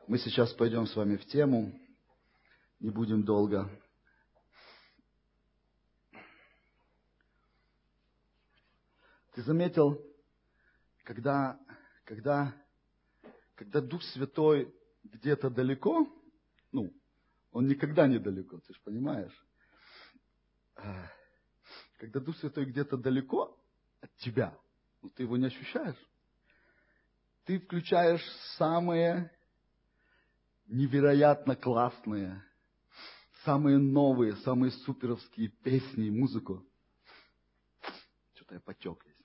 Мы сейчас пойдем с вами в тему, не будем долго. Ты заметил, когда Дух Святой где-то далеко, Он никогда не далеко, ты же понимаешь. Когда Дух Святой где-то далеко от тебя, ты его не ощущаешь. Ты включаешь самые невероятно классные, самые новые, самые суперовские песни и музыку. Что-то я потек здесь.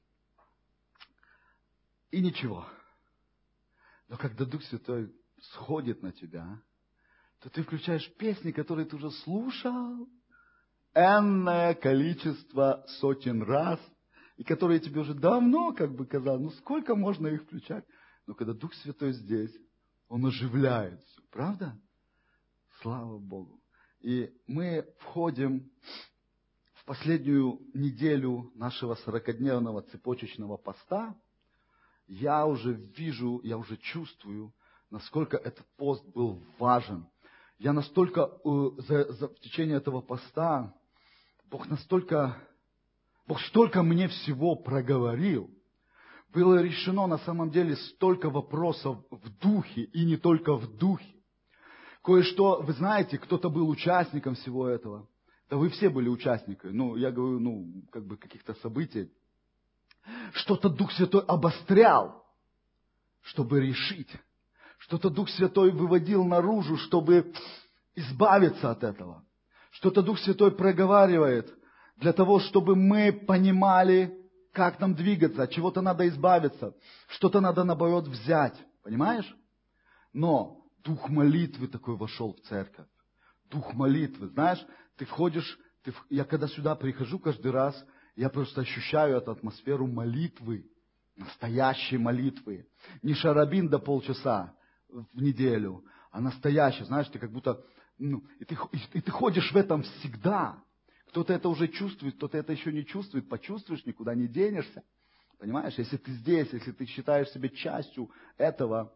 И ничего. Но когда Дух Святой сходит на тебя, то ты включаешь песни, которые ты уже слушал энное количество сотен раз, и которые тебе уже давно казалось, сколько можно их включать. Но когда Дух Святой здесь, Он оживляет все, правда? Слава Богу. И мы входим в последнюю неделю нашего 40-дневного цепочечного поста. Я уже вижу, я уже чувствую, насколько этот пост был важен. Я настолько в течение этого поста, Бог столько мне всего проговорил. Было решено на самом деле столько вопросов в духе, и не только в духе. Кое-что, вы знаете, кто-то был участником всего этого. Да вы все были участниками. Я говорю, каких-то событий. Что-то Дух Святой обострял, чтобы решить. Что-то Дух Святой выводил наружу, чтобы избавиться от этого. Что-то Дух Святой проговаривает для того, чтобы мы понимали, как нам двигаться, от чего-то надо избавиться, что-то надо, наоборот, взять. Понимаешь? Но дух молитвы такой вошел в церковь. Дух молитвы. Знаешь, ты входишь, я когда сюда прихожу каждый раз, я просто ощущаю эту атмосферу молитвы, настоящей молитвы. Не шарабин до полчаса в неделю, а настоящий. Знаешь, ты как будто, и ты ходишь в этом всегда. Кто-то это уже чувствует, кто-то это еще не чувствует. Почувствуешь, никуда не денешься. Понимаешь, если ты здесь, если ты считаешь себя частью этого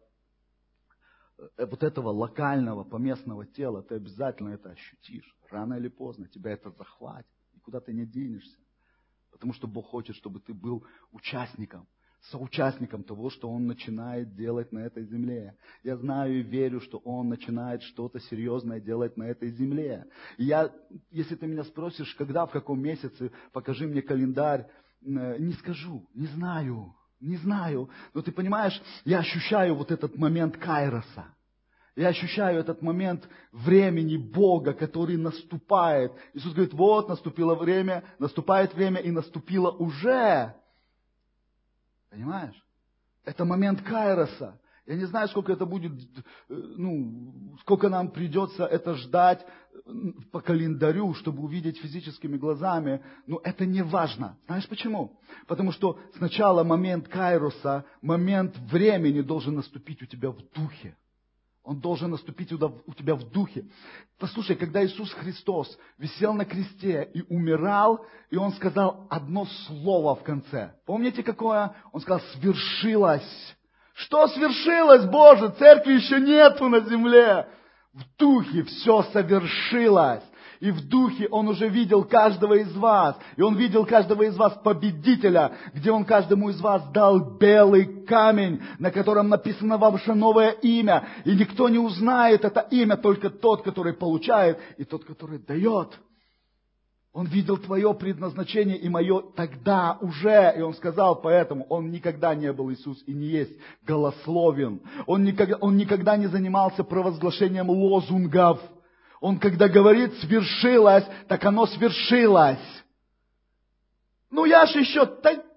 локального, поместного тела, ты обязательно это ощутишь. Рано или поздно тебя это захватит. Никуда ты не денешься. Потому что Бог хочет, чтобы ты был участником, соучастником того, что Он начинает делать на этой земле. Я знаю и верю, что Он начинает что-то серьезное делать на этой земле. И если ты меня спросишь, когда, в каком месяце, покажи мне календарь, не скажу, не знаю. Но ты понимаешь, я ощущаю вот этот момент кайроса. Я ощущаю этот момент времени Бога, который наступает. Иисус говорит, вот наступило время, наступает время и наступило уже. Понимаешь? Это момент кайроса. Я не знаю, сколько это будет, сколько нам придется это ждать по календарю, чтобы увидеть физическими глазами. Но это не важно. Знаешь почему? Потому что сначала момент кайроса, момент времени должен наступить у тебя в духе. Он должен наступить у тебя в духе. Послушай, когда Иисус Христос висел на кресте и умирал, и Он сказал одно слово в конце. Помните какое? Он сказал, свершилось. Что свершилось, Боже? Церкви еще нету на земле. В духе все совершилось. И в духе Он уже видел каждого из вас. И Он видел каждого из вас победителя, где Он каждому из вас дал белый камень, на котором написано ваше новое имя. И никто не узнает это имя, только тот, который получает, и тот, который дает. Он видел твое предназначение и мое тогда уже. И Он сказал, поэтому Он никогда не был, Иисус, и не есть голословен. Он никогда не занимался провозглашением лозунгов. Он, когда говорит «свершилось», так оно свершилось. Я ж еще...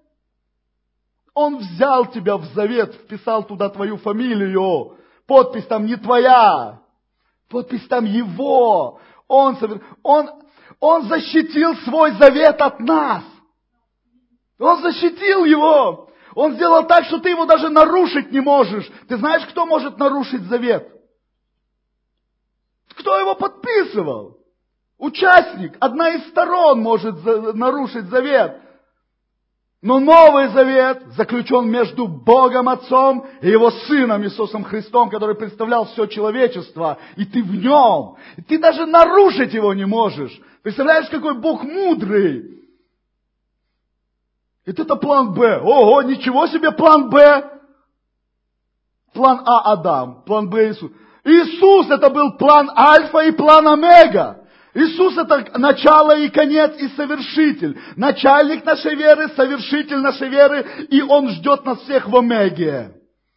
Он взял тебя в завет, вписал туда твою фамилию. Подпись там не твоя. Подпись там его. Он защитил свой завет от нас. Он защитил его. Он сделал так, что ты его даже нарушить не можешь. Ты знаешь, кто может нарушить завет? Кто его подписывал? Участник, одна из сторон может нарушить завет. Но Новый Завет заключен между Богом Отцом и Его Сыном Иисусом Христом, который представлял все человечество, и ты в Нем. И ты даже нарушить Его не можешь. Представляешь, какой Бог мудрый. Это план Б. Ого, ничего себе план Б. План А Адам, план Б Иисус. Иисус это был план Альфа и план Омега. Иисус это начало и конец и совершитель. Начальник нашей веры, совершитель нашей веры, и Он ждет нас всех в Омеге.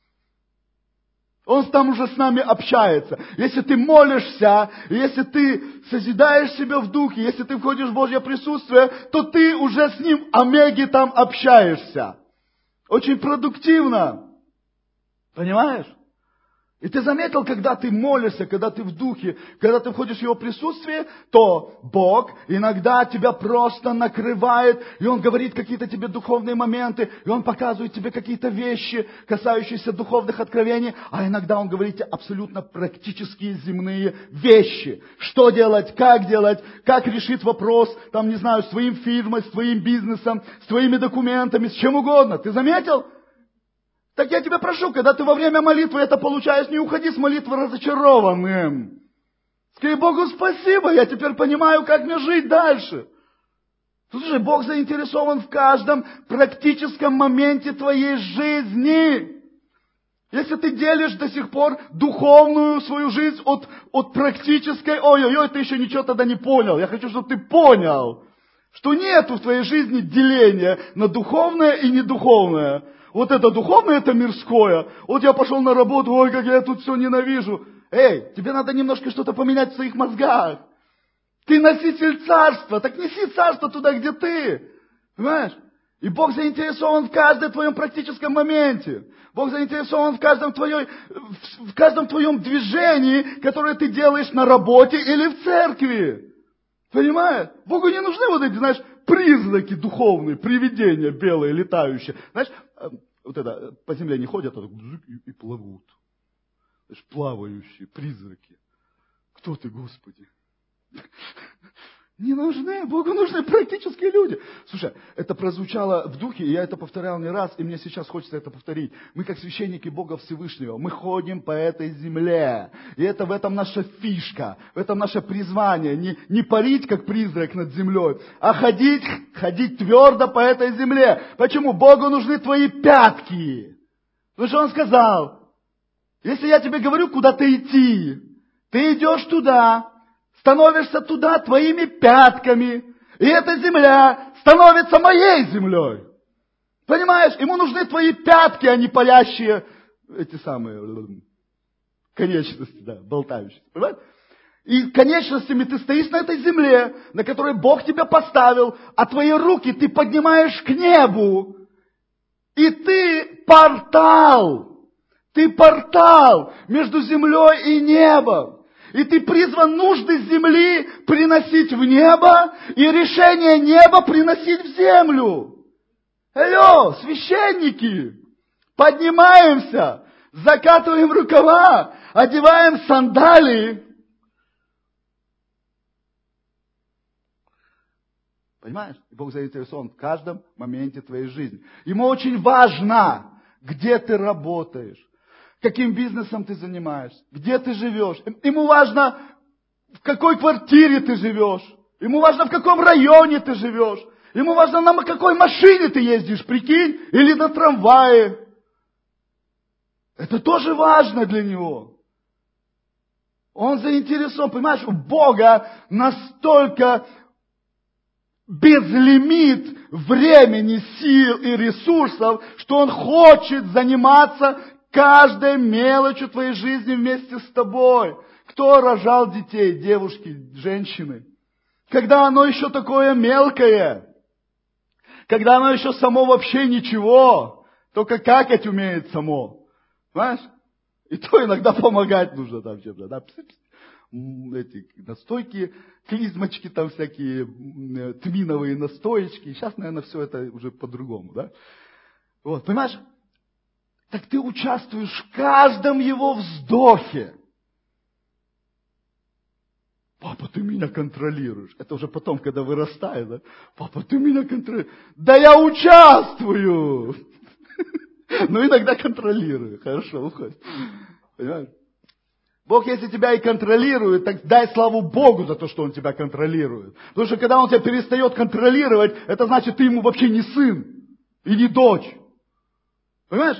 Он там уже с нами общается. Если ты молишься, если ты созидаешь себя в духе, если ты входишь в Божье присутствие, то ты уже с Ним в Омеге там общаешься. Очень продуктивно. Понимаешь? И ты заметил, когда ты молишься, когда ты в духе, когда ты входишь в Его присутствие, то Бог иногда тебя просто накрывает, и Он говорит какие-то тебе духовные моменты, и Он показывает тебе какие-то вещи, касающиеся духовных откровений, а иногда Он говорит тебе абсолютно практические земные вещи. Что делать, как решить вопрос, там, не знаю, с твоим фирмой, с твоим бизнесом, с твоими документами, с чем угодно. Ты заметил? Так я тебя прошу, когда ты во время молитвы это получаешь, не уходи с молитвы разочарованным. Скажи Богу спасибо, я теперь понимаю, как мне жить дальше. Слушай, Бог заинтересован в каждом практическом моменте твоей жизни. Если ты делишь до сих пор духовную свою жизнь от практической, ой-ой-ой, ты еще ничего тогда не понял. Я хочу, чтобы ты понял, что нету в твоей жизни деления на духовное и недуховное. Вот это духовное, это мирское. Вот я пошел на работу, ой, как я тут все ненавижу. Эй, тебе надо немножко что-то поменять в своих мозгах. Ты носитель царства, так неси царство туда, где ты. Понимаешь? И Бог заинтересован в каждом твоем практическом моменте. Бог заинтересован в каждом твоем движении, которое ты делаешь на работе или в церкви. Понимаешь? Богу не нужны вот эти, знаешь, призраки духовные, привидения белые, летающие. Знаешь, вот это, по земле не ходят, а так и плывут. Знаешь, плавающие призраки. Кто ты, Господи? Не нужны, Богу нужны практические люди. Слушай, это прозвучало в духе, и я это повторял не раз, и мне сейчас хочется это повторить. Мы как священники Бога Всевышнего, мы ходим по этой земле. И это в этом наша фишка, в этом наше призвание. Не парить, как призрак над землей, а ходить твердо по этой земле. Почему? Богу нужны твои пятки. Потому что Он сказал, если я тебе говорю, куда-то идти, ты идешь туда, становишься туда твоими пятками, и эта земля становится моей землей. Понимаешь? Ему нужны твои пятки, а не палящие эти самые конечности, да, болтающиеся. Понимаешь? И конечностями ты стоишь на этой земле, на которой Бог тебя поставил, а твои руки ты поднимаешь к небу. И ты портал между землей и небом. И ты призван нужды земли приносить в небо, и решение неба приносить в землю. Алло, священники, поднимаемся, закатываем рукава, одеваем сандалии. Понимаешь? Бог заинтересован в каждом моменте твоей жизни. Ему очень важно, где ты работаешь. Каким бизнесом ты занимаешься, где ты живешь. Ему важно, в какой квартире ты живешь. Ему важно, в каком районе ты живешь. Ему важно, на какой машине ты ездишь, прикинь, или на трамвае. Это тоже важно для него. Он заинтересован, понимаешь, у Бога настолько безлимит времени, сил и ресурсов, что Он хочет заниматься каждой мелочью твоей жизни вместе с тобой. Кто рожал детей, девушки, женщины? Когда оно еще такое мелкое. Когда оно еще само вообще ничего. Только какать умеет само. Понимаешь? И то иногда помогать нужно там чем-то. Да? Эти настойки, клизмочки там всякие, тминовые настоечки. Сейчас, наверное, все это уже по-другому. Да? Вот, понимаешь? Так ты участвуешь в каждом его вздохе. Папа, ты меня контролируешь. Это уже потом, когда вырастает, да? Папа, ты меня контролируешь. Да я участвую. Но иногда контролирую. Хорошо, уходит. Понимаешь? Бог, если тебя и контролирует, так дай славу Богу за то, что Он тебя контролирует. Потому что когда Он тебя перестает контролировать, это значит, ты ему вообще не сын и не дочь. Понимаешь?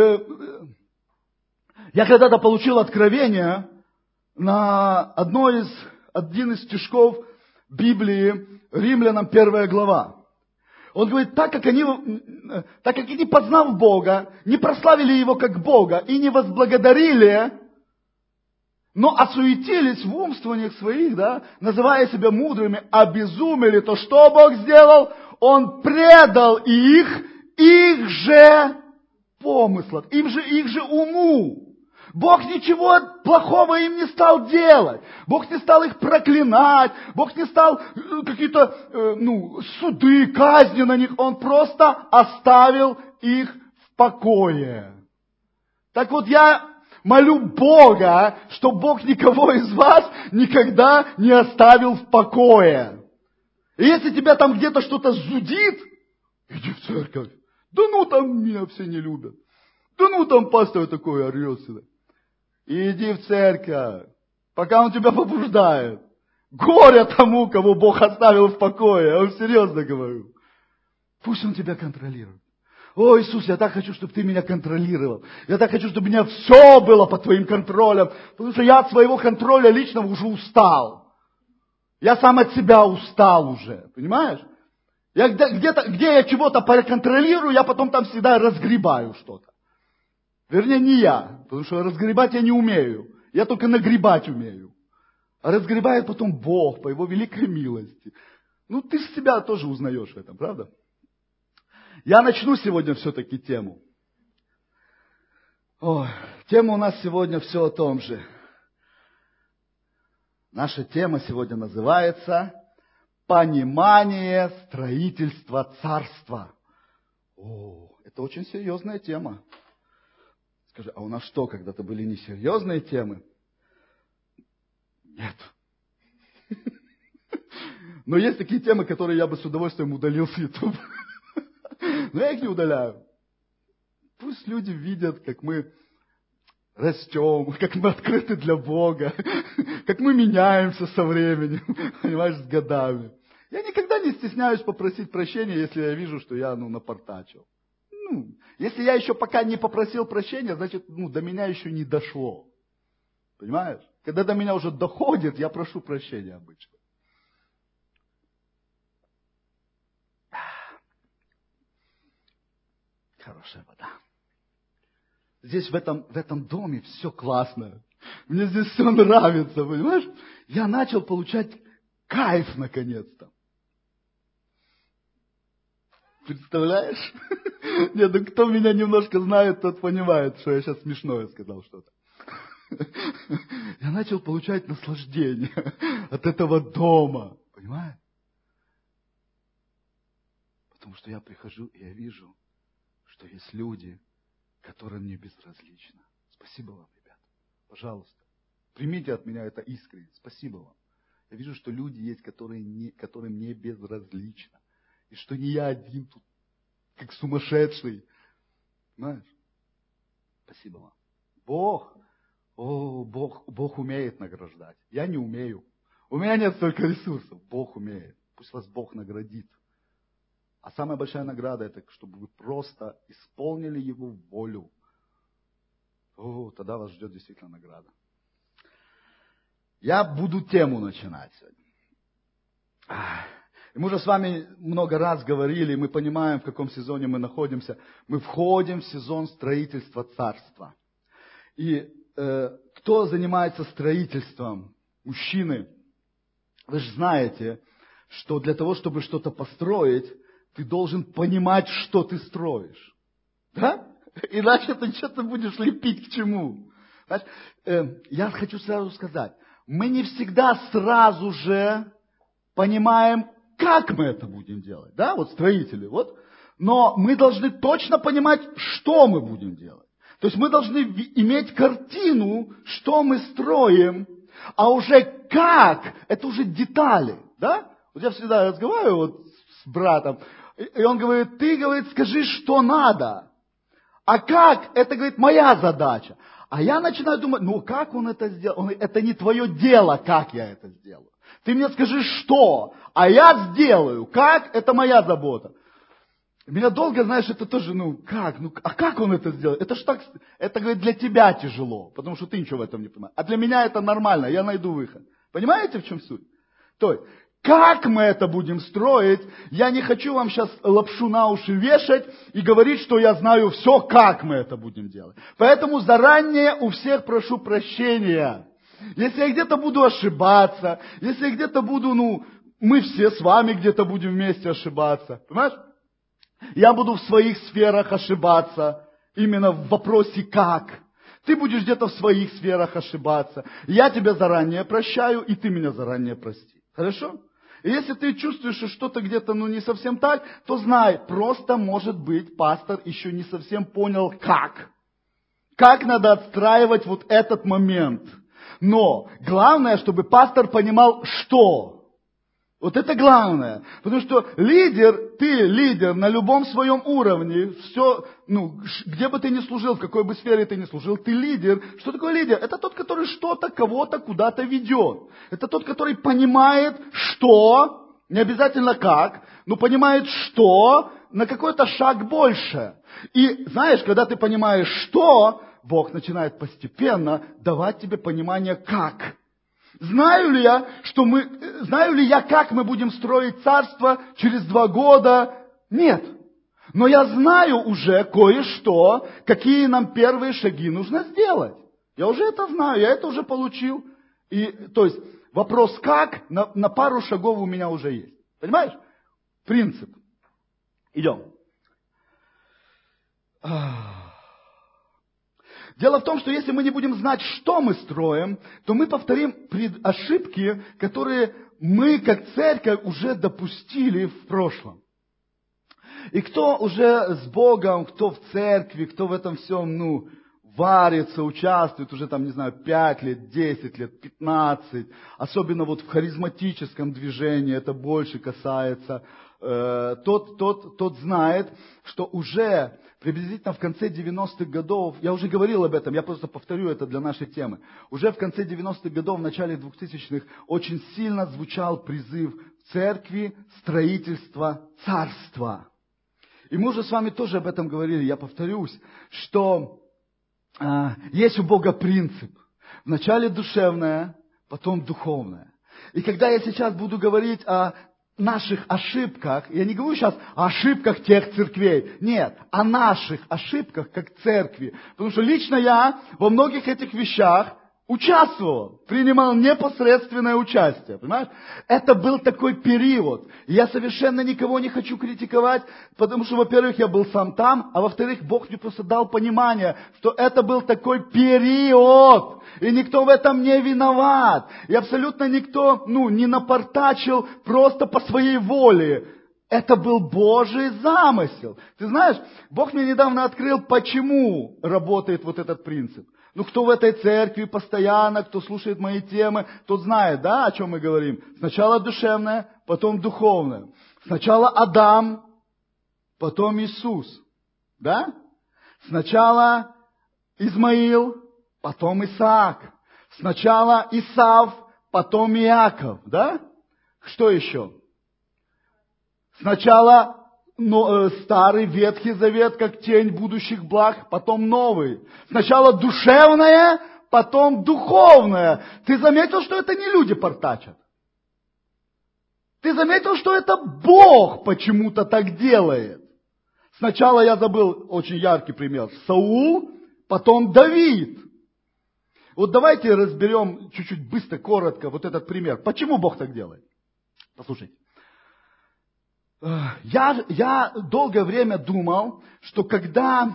Я когда-то получил откровение на один из стишков Библии, Римлянам 1 глава. Он говорит, так как они, не познав Бога, не прославили Его как Бога и не возблагодарили, но осуетились в умствованиях своих, да, называя себя мудрыми, обезумели, то что Бог сделал? Он предал их же помыслам, их же уму. Бог ничего плохого им не стал делать. Бог не стал их проклинать. Бог не стал какие-то суды, казни на них. Он просто оставил их в покое. Так вот я молю Бога, чтобы Бог никого из вас никогда не оставил в покое. И если тебя там где-то что-то зудит, иди в церковь. Да ну там меня все не любят. Да ну там пастор такой орет сюда. Иди в церковь, пока он тебя побуждает. Горе тому, кого Бог оставил в покое. Я вам серьезно говорю. Пусть он тебя контролирует. О, Иисус, я так хочу, чтобы ты меня контролировал. Я так хочу, чтобы у меня все было под твоим контролем. Потому что я от своего контроля личного уже устал. Я сам от себя устал уже. Понимаешь? Где я чего-то проконтролирую, я потом там всегда разгребаю что-то. Вернее, не я, потому что разгребать я не умею. Я только нагребать умею. А разгребает потом Бог по Его великой милости. Ну, ты с себя тоже узнаешь в этом, правда? Я начну сегодня все-таки тему. Тема у нас сегодня все о том же. Наша тема сегодня называется «Понимание строительства царства». Это очень серьезная тема. Скажи, а у нас что, когда-то были несерьезные темы? Нет. Но есть такие темы, которые я бы с удовольствием удалил с YouTube. Но я их не удаляю. Пусть люди видят, как мы растем, как мы открыты для Бога, как мы меняемся со временем, понимаешь, с годами. Я никогда не стесняюсь попросить прощения, если я вижу, что я напортачил. Если я еще пока не попросил прощения, значит, до меня еще не дошло. Понимаешь? Когда до меня уже доходит, я прошу прощения обычно. Хорошая вода. Здесь в этом доме все классно. Мне здесь все нравится, понимаешь? Я начал получать кайф наконец-то. Представляешь? Нет, кто меня немножко знает, тот понимает, что я сейчас смешное сказал что-то. Я начал получать наслаждение от этого дома. Понимаешь? Потому что я прихожу, и я вижу, что есть люди, которым мне безразлично. Спасибо вам, ребята. Пожалуйста. Примите от меня это искренне. Спасибо вам. Я вижу, что люди есть, которым мне безразлично. И что не я один тут, как сумасшедший. Понимаешь? Спасибо вам. Бог умеет награждать. Я не умею. У меня нет столько ресурсов. Бог умеет. Пусть вас Бог наградит. А самая большая награда, это чтобы вы просто исполнили Его волю. Тогда вас ждет действительно награда. Я буду тему начинать сегодня. И мы уже с вами много раз говорили, мы понимаем, в каком сезоне мы находимся. Мы входим в сезон строительства царства. И кто занимается строительством? Мужчины. Вы же знаете, что для того, чтобы что-то построить, ты должен понимать, что ты строишь. Да? Иначе ты что-то будешь лепить к чему. Я хочу сразу сказать, мы не всегда сразу же понимаем, как мы это будем делать. Да, вот строители. Но мы должны точно понимать, что мы будем делать. То есть мы должны иметь картину, что мы строим. А уже как, это уже детали, да? Вот я всегда разговариваю вот с братом, и он говорит, ты, говорит, скажи, что надо. А как, это, говорит, моя задача. А я начинаю думать, ну как он это сделал? Это не твое дело, как я это сделаю. Ты мне скажи, что, а я сделаю. Как, это моя забота. Меня долго, знаешь, это тоже, а как он это сделает? Это ж так, это, говорит, для тебя тяжело, потому что ты ничего в этом не понимаешь. А для меня это нормально, я найду выход. Понимаете, в чем суть? То есть, как мы это будем строить, я не хочу вам сейчас лапшу на уши вешать и говорить, что я знаю все, как мы это будем делать. Поэтому заранее у всех прошу прощения. Если я где-то буду ошибаться, если я где-то буду, мы все с вами где-то будем вместе ошибаться. Понимаешь? Я буду в своих сферах ошибаться, именно в вопросе «как». Ты будешь где-то в своих сферах ошибаться. Я тебя заранее прощаю, и ты меня заранее прости. Хорошо? И если ты чувствуешь, что что-то где-то не совсем так, то знай, просто, может быть, пастор еще не совсем понял, как. Как надо отстраивать вот этот момент. Но главное, чтобы пастор понимал, что. Вот это главное. Потому что лидер, ты лидер на любом своем уровне, все, где бы ты ни служил, в какой бы сфере ты ни служил, ты лидер. Что такое лидер? Это тот, который что-то, кого-то куда-то ведет. Это тот, который понимает, что, не обязательно как, но понимает, что, на какой-то шаг больше. И знаешь, когда ты понимаешь, что, Бог начинает постепенно давать тебе понимание, как. Знаю ли я, как мы будем строить царство через 2 года? Нет. Но я знаю уже кое-что, какие нам первые шаги нужно сделать. Я уже это знаю, я это уже получил. То есть вопрос как на пару шагов у меня уже есть. Понимаешь? Принцип. Идем. Дело в том, что если мы не будем знать, что мы строим, то мы повторим ошибки, которые мы, как церковь, уже допустили в прошлом. И кто уже с Богом, кто в церкви, кто в этом всем, варится, участвует уже 5 лет, 10 лет, 15, особенно вот в харизматическом движении, это больше касается, тот знает, что уже приблизительно в конце 90-х годов, я уже говорил об этом, я просто повторю это для нашей темы, уже в конце 90-х годов, в начале 2000-х очень сильно звучал призыв в церкви строительства царства. И мы уже с вами тоже об этом говорили, я повторюсь, что есть у Бога принцип. Вначале душевное, потом духовное. И когда я сейчас буду говорить о наших ошибках, я не говорю сейчас о ошибках тех церквей, нет, о наших ошибках как церкви. Потому что лично я во многих этих вещах участвовал, принимал непосредственное участие, понимаешь? Это был такой период. И я совершенно никого не хочу критиковать, потому что, во-первых, я был сам там, а во-вторых, Бог мне просто дал понимание, что это был такой период, и никто в этом не виноват. И абсолютно никто, не напортачил просто по своей воле. Это был Божий замысел. Ты знаешь, Бог мне недавно открыл, почему работает вот этот принцип. Кто в этой церкви постоянно, кто слушает мои темы, тот знает, да, о чем мы говорим. Сначала душевное, потом духовное. Сначала Адам, потом Иисус. Да? Сначала Измаил, потом Исаак. Сначала Исав, потом Иаков. Да? Что еще? Сначала Старый Ветхий Завет, как тень будущих благ, потом новый. Сначала душевное, потом духовное. Ты заметил, что это не люди портачат? Ты заметил, что это Бог почему-то так делает? Сначала я забыл очень яркий пример. Саул, потом Давид. Вот давайте разберем чуть-чуть быстро, коротко вот этот пример. Почему Бог так делает? Послушайте. Я долгое время думал, что когда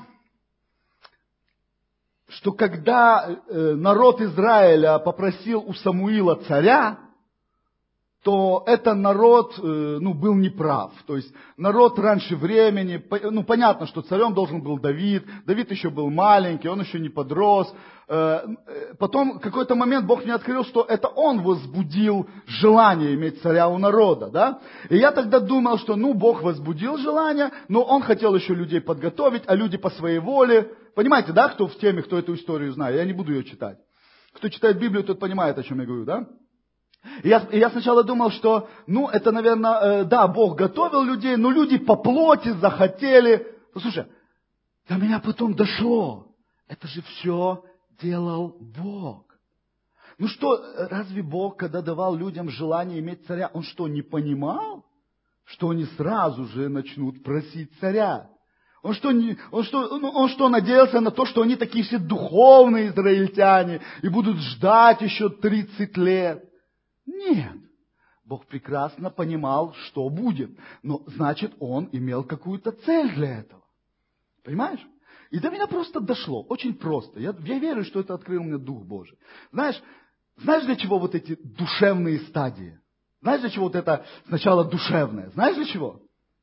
народ Израиля попросил у Самуила царя, то это народ, был неправ. То есть народ раньше времени, понятно, что царем должен был Давид. Давид еще был маленький, он еще не подрос. Потом в какой-то момент Бог мне открыл, что это он возбудил желание иметь царя у народа. Да? И я тогда думал, что Бог возбудил желание, но он хотел еще людей подготовить, а люди по своей воле. Понимаете, да, кто в теме, кто эту историю знает? Я не буду ее читать. Кто читает Библию, тот понимает, о чем я говорю, да? И я сначала думал, что, это, наверное, Бог готовил людей, но люди по плоти захотели. Послушай, до меня потом дошло. Это же все делал Бог. Разве Бог, когда давал людям желание иметь царя, он что, не понимал, что они сразу же начнут просить царя? Он что, надеялся на то, что они такие все духовные израильтяне и будут ждать еще 30 лет? Нет. Бог прекрасно понимал, что будет. Но, значит, Он имел какую-то цель для этого. Понимаешь? И до меня просто дошло. Очень просто. Я верю, что это открыл мне Дух Божий. Знаешь, для чего вот эти душевные стадии? Знаешь, для чего вот это сначала душевное? Знаешь, для чего?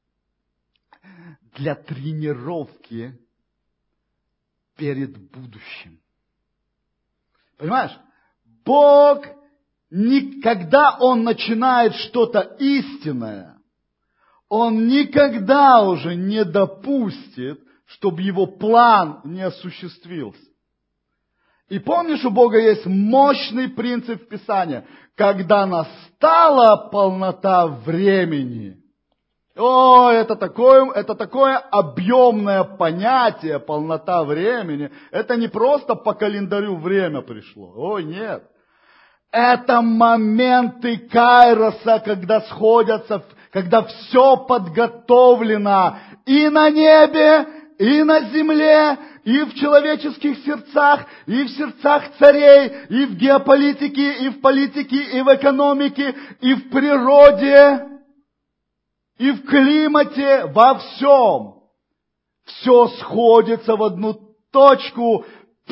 Для тренировки перед будущим. Понимаешь? Бог, когда Он начинает что-то истинное, Он никогда уже не допустит, чтобы Его план не осуществился. И помнишь, у Бога есть мощный принцип в Писании. Когда настала полнота времени. Это такое объемное понятие, полнота времени. Это не просто по календарю время пришло. Нет. Это моменты кайроса, когда сходятся, когда все подготовлено и на небе, и на земле, и в человеческих сердцах, и в сердцах царей, и в геополитике, и в политике, и в экономике, и в природе, и в климате, во всем. Все сходится в одну точку,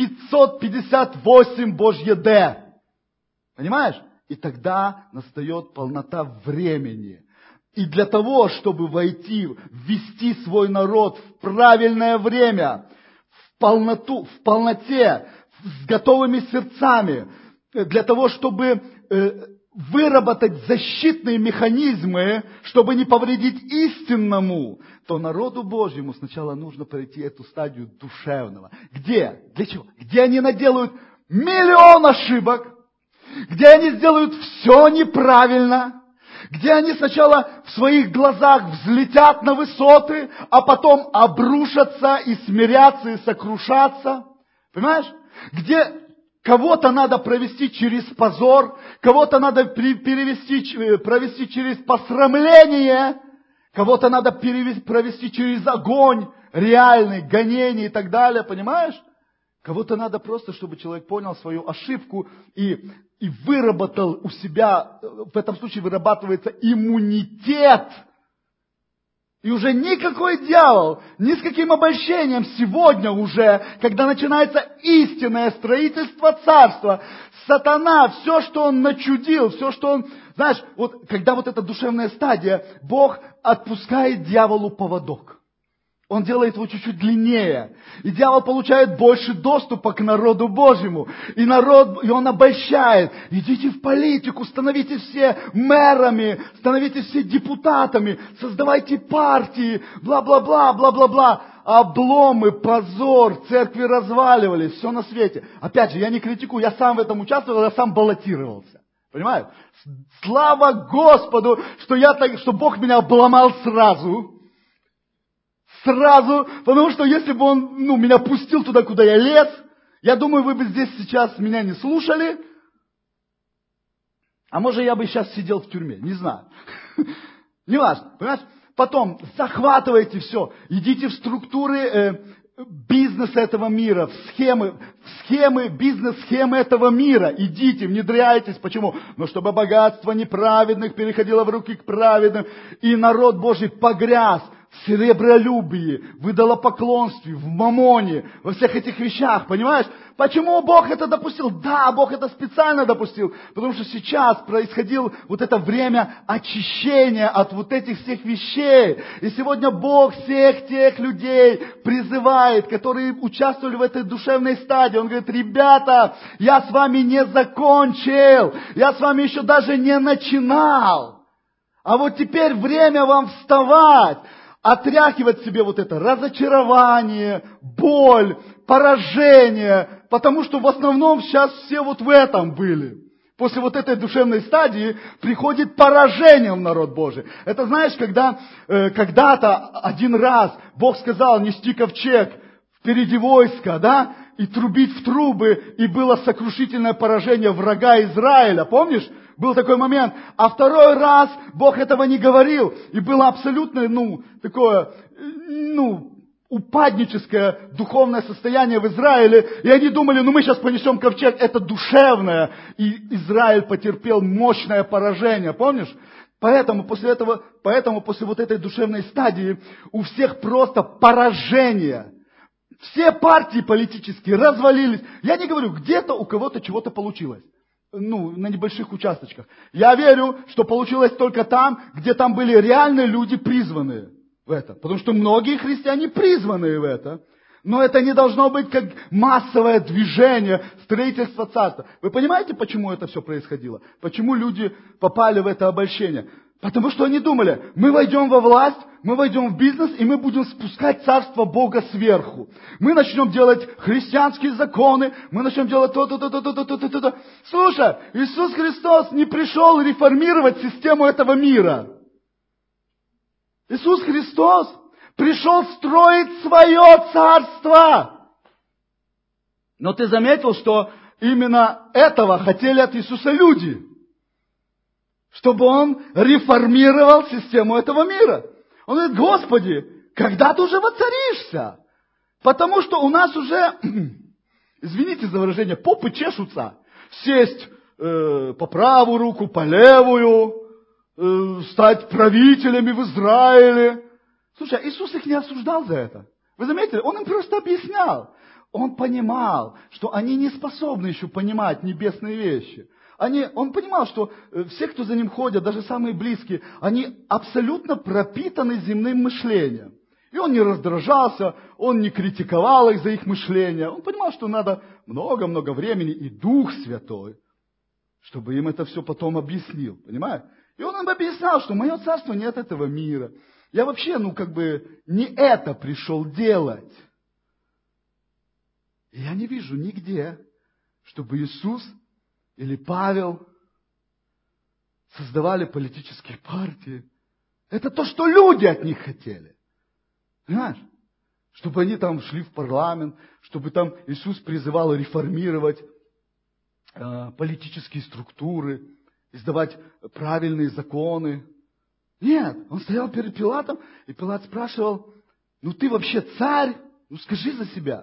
558 Божье Д. Понимаешь? И тогда настает полнота времени. И для того, чтобы ввести свой народ в правильное время, в полноте, с готовыми сердцами, для того, чтобы выработать защитные механизмы, чтобы не повредить истинному, то народу Божьему сначала нужно пройти эту стадию душевного. Где? Для чего? Где они наделают миллион ошибок, где они сделают все неправильно, где они сначала в своих глазах взлетят на высоты, а потом обрушатся и смирятся и сокрушатся. Понимаешь? Где кого-то надо провести через позор, кого-то надо провести через посрамление, кого-то надо провести через огонь реальный, гонение и так далее. Понимаешь? Кого-то надо просто, чтобы человек понял свою ошибку и выработал у себя, в этом случае вырабатывается иммунитет. И уже никакой дьявол, ни с каким обольщением сегодня уже, когда начинается истинное строительство царства, сатана, все, что он начудил, все, что он, знаешь, когда эта душевная стадия, Бог отпускает дьяволу поводок. Он делает его чуть-чуть длиннее. И дьявол получает больше доступа к народу Божьему. И он обольщает. Идите в политику, становитесь все мэрами, становитесь все депутатами, создавайте партии, бла-бла-бла, бла-бла-бла. Обломы, позор, церкви разваливались, все на свете. Опять же, я не критикую, я сам в этом участвовал, я сам баллотировался. Понимаешь? Слава Господу, что Бог меня обломал сразу. Потому что если бы Он меня пустил туда, куда я лез, я думаю, вы бы здесь сейчас меня не слушали. А может, я бы сейчас сидел в тюрьме, не знаю. Не важно, понимаешь? Потом захватывайте все, идите в структуры бизнеса этого мира, в схемы, бизнес-схемы этого мира. Идите, внедряйтесь. Почему? Но чтобы богатство неправедных переходило в руки к праведным, и народ Божий погряз в серебролюбии, в идолопоклонстве, в мамоне, во всех этих вещах, понимаешь? Почему Бог это допустил? Да, Бог это специально допустил, потому что сейчас происходило вот это время очищения от вот этих всех вещей. И сегодня Бог всех тех людей призывает, которые участвовали в этой душевной стадии. Он говорит: ребята, я с вами не закончил, я с вами еще даже не начинал. А вот теперь время вам вставать, отряхивать себе вот это разочарование, боль, поражение, потому что в основном сейчас все вот в этом были. После вот этой душевной стадии приходит поражение в народ Божий. Это знаешь, когда когда-то один раз Бог сказал нести ковчег впереди войска, да, и трубить в трубы, и было сокрушительное поражение врага Израиля, помнишь? Был такой момент. А второй раз Бог этого не говорил. И было абсолютно, такое, упадническое духовное состояние в Израиле. И они думали, мы сейчас понесем ковчег. Это душевное. И Израиль потерпел мощное поражение. Помнишь? Поэтому после вот этой душевной стадии у всех просто поражение. Все партии политические развалились. Я не говорю, где-то у кого-то чего-то получилось. На небольших участочках. Я верю, что получилось только там, где там были реальные люди, призванные в это. Потому что многие христиане призванные в это. Но это не должно быть как массовое движение, строительство царства. Вы понимаете, почему это все происходило? Почему люди попали в это обольщение? Потому что они думали, мы войдем во власть, мы войдем в бизнес, и мы будем спускать царство Бога сверху. Мы начнем делать христианские законы, мы начнем делать то. Слушай, Иисус Христос не пришел реформировать систему этого мира. Иисус Христос пришел строить свое царство. Но ты заметил, что именно этого хотели от Иисуса люди. Чтобы Он реформировал систему этого мира. Он говорит: Господи, когда ты уже воцаришься? Потому что у нас уже, извините за выражение, попы чешутся. Сесть по правую руку, по левую, стать правителями в Израиле. Слушай, Иисус их не осуждал за это. Вы заметили? Он им просто объяснял. Он понимал, что они не способны еще понимать небесные вещи. Он понимал, что все, кто за ним ходят, даже самые близкие, они абсолютно пропитаны земным мышлением. И он не раздражался, он не критиковал их за их мышление. Он понимал, что надо много-много времени и Дух Святой, чтобы им это все потом объяснил. Понимаешь? И он им объяснял, что мое царство не от этого мира. Я вообще, не это пришел делать. И я не вижу нигде, чтобы Иисус или Павел создавали политические партии. Это то, что люди от них хотели. Понимаешь? Чтобы они там шли в парламент, чтобы там Иисус призывал реформировать политические структуры, издавать правильные законы. Нет, он стоял перед Пилатом, и Пилат спрашивал: ты вообще царь? Скажи за себя.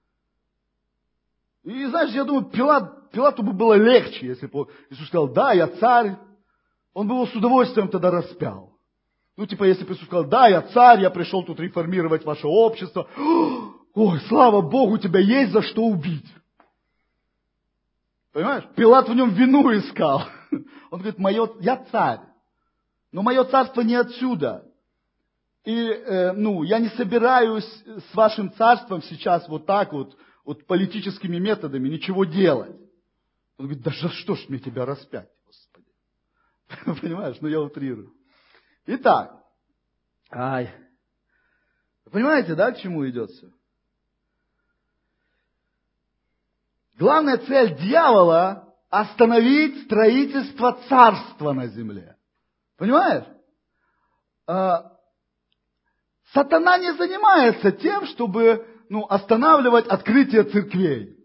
И знаешь, я думаю, Пилату бы было легче, если бы Иисус сказал: да, я царь. Он бы его с удовольствием тогда распял. Если бы Иисус сказал: да, я царь, я пришел тут реформировать ваше общество. Ой, слава Богу, тебя есть за что убить. Понимаешь? Пилат в нем вину искал. Он говорит: я царь, но мое царство не отсюда. И, я не собираюсь с вашим царством сейчас вот так вот политическими методами ничего делать. Он говорит: да за что ж мне тебя распять, Господи? Понимаешь? Я утрирую. Итак, вы понимаете, да, к чему идет все? Главная цель дьявола — остановить строительство царства на земле. Понимаешь? Сатана не занимается тем, чтобы останавливать открытие церквей.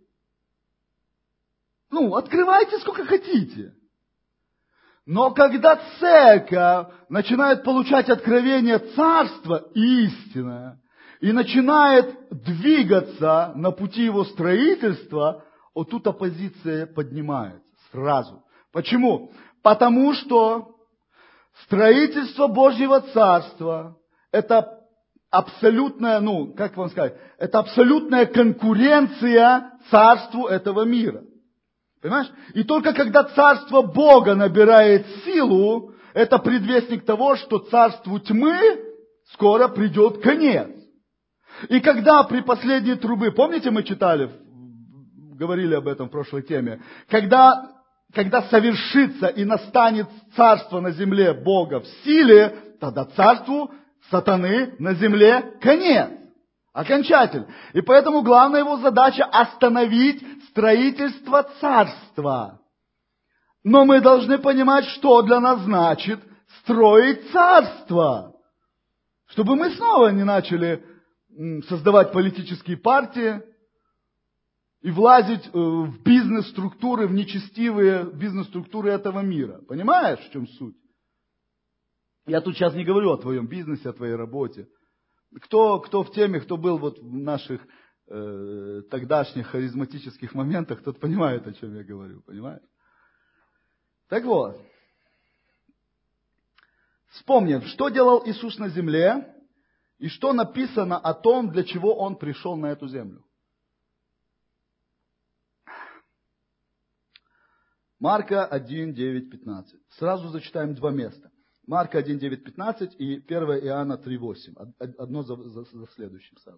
Открывайте сколько хотите. Но когда церковь начинает получать откровение царства истинное и начинает двигаться на пути его строительства, тут оппозиция поднимается сразу. Почему? Потому что строительство Божьего царства — это абсолютная, как вам сказать, это абсолютная конкуренция царству этого мира. Понимаешь? И только когда царство Бога набирает силу, это предвестник того, что царству тьмы скоро придет конец. И когда при последней трубы, помните, мы читали, говорили об этом в прошлой теме, когда совершится и настанет царство на земле Бога в силе, тогда царству сатаны на земле конец. Окончательно. И поэтому главная его задача остановить строительство царства. Но мы должны понимать, что для нас значит строить царство. Чтобы мы снова не начали создавать политические партии и влазить в бизнес-структуры, в нечестивые бизнес-структуры этого мира. Понимаешь, в чем суть? Я тут сейчас не говорю о твоем бизнесе, о твоей работе. Кто в теме, кто был вот в наших тогдашних харизматических моментах, тот понимает, о чем я говорю, понимаешь? Так вот, вспомним, что делал Иисус на земле и что написано о том, для чего Он пришел на эту землю. Марка 1, 9, 15. Сразу зачитаем два места. Марка 1, 9, 15 и 1 Иоанна 3, 8. Одно за следующим сразу.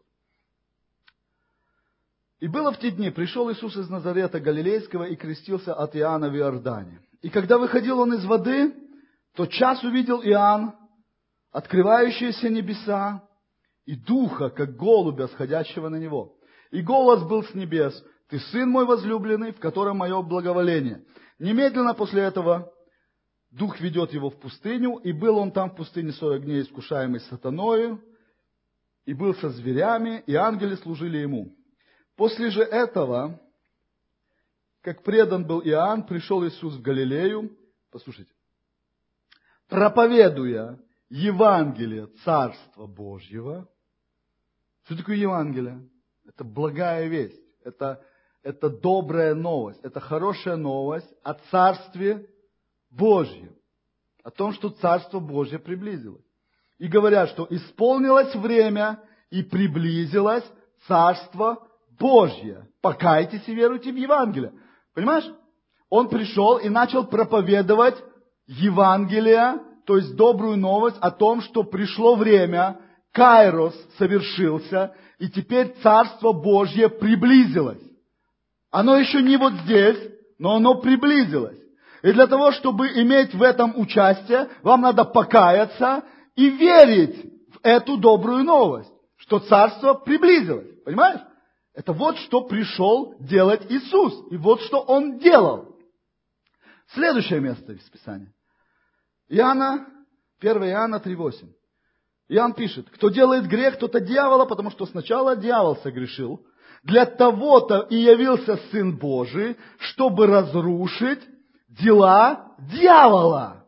«И было в те дни, пришел Иисус из Назарета Галилейского и крестился от Иоанна в Иордане. И когда выходил он из воды, тотчас увидел Иоанн открывающиеся небеса и духа, как голубя, сходящего на него. И голос был с небес: Ты сын мой возлюбленный, в котором мое благоволение. Немедленно после этого Дух ведет его в пустыню, и был он там в пустыне 40 дней, искушаемый сатаною, и был со зверями, и ангелы служили ему. После же этого, как предан был Иоанн, пришел Иисус в Галилею, послушайте, проповедуя Евангелие Царства Божьего». Что такое Евангелие? Это благая весть, это добрая новость, это хорошая новость о Царстве Божьем, о том, что Царство Божье приблизилось. И говорят, что исполнилось время и приблизилось Царство Божье. Покайтесь и веруйте в Евангелие. Понимаешь? Он пришел и начал проповедовать Евангелие, то есть добрую новость о том, что пришло время, Кайрос совершился, и теперь Царство Божье приблизилось. Оно еще не вот здесь, но оно приблизилось. И для того, чтобы иметь в этом участие, вам надо покаяться и верить в эту добрую новость, что Царство приблизилось. Понимаешь? Это вот что пришел делать Иисус. И вот что Он делал. Следующее место из Писания. 1 Иоанна 3,8. Иоанн пишет: кто делает грех, тот от дьявола, потому что сначала дьявол согрешил. Для того-то и явился Сын Божий, чтобы разрушить дела дьявола.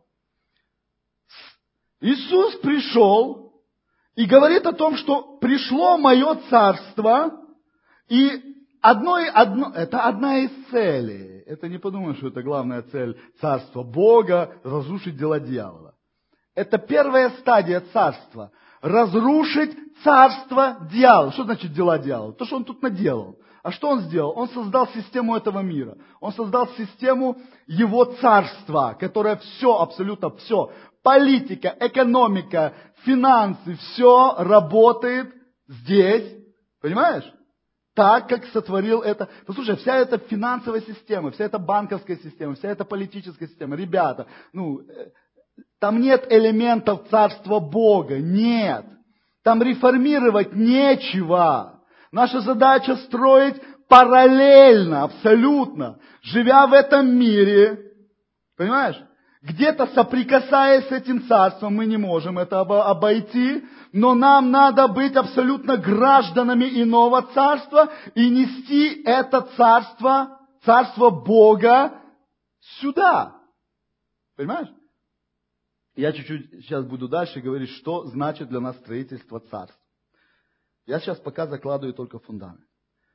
Иисус пришел и говорит о том, что пришло мое царство, и это одна из целей. Это не подумай, что это главная цель царства Бога, разрушить дела дьявола. Это первая стадия царства. Разрушить царство дьявола. Что значит дела дьявола? То, что он тут наделал. А что он сделал? Он создал систему этого мира. Он создал систему его царства, которая все, абсолютно все, политика, экономика, финансы, все работает здесь. Понимаешь? Так, как сотворил это. Послушай, вся эта финансовая система, вся эта банковская система, вся эта политическая система, ребята, там нет элементов царства Бога, нет. Там реформировать нечего. Наша задача строить параллельно, абсолютно, живя в этом мире, понимаешь? Где-то соприкасаясь с этим царством, мы не можем это обойти, но нам надо быть абсолютно гражданами иного царства и нести это царство Бога сюда. Понимаешь? Я чуть-чуть сейчас буду дальше говорить, что значит для нас строительство царства. Я сейчас пока закладываю только фундамент.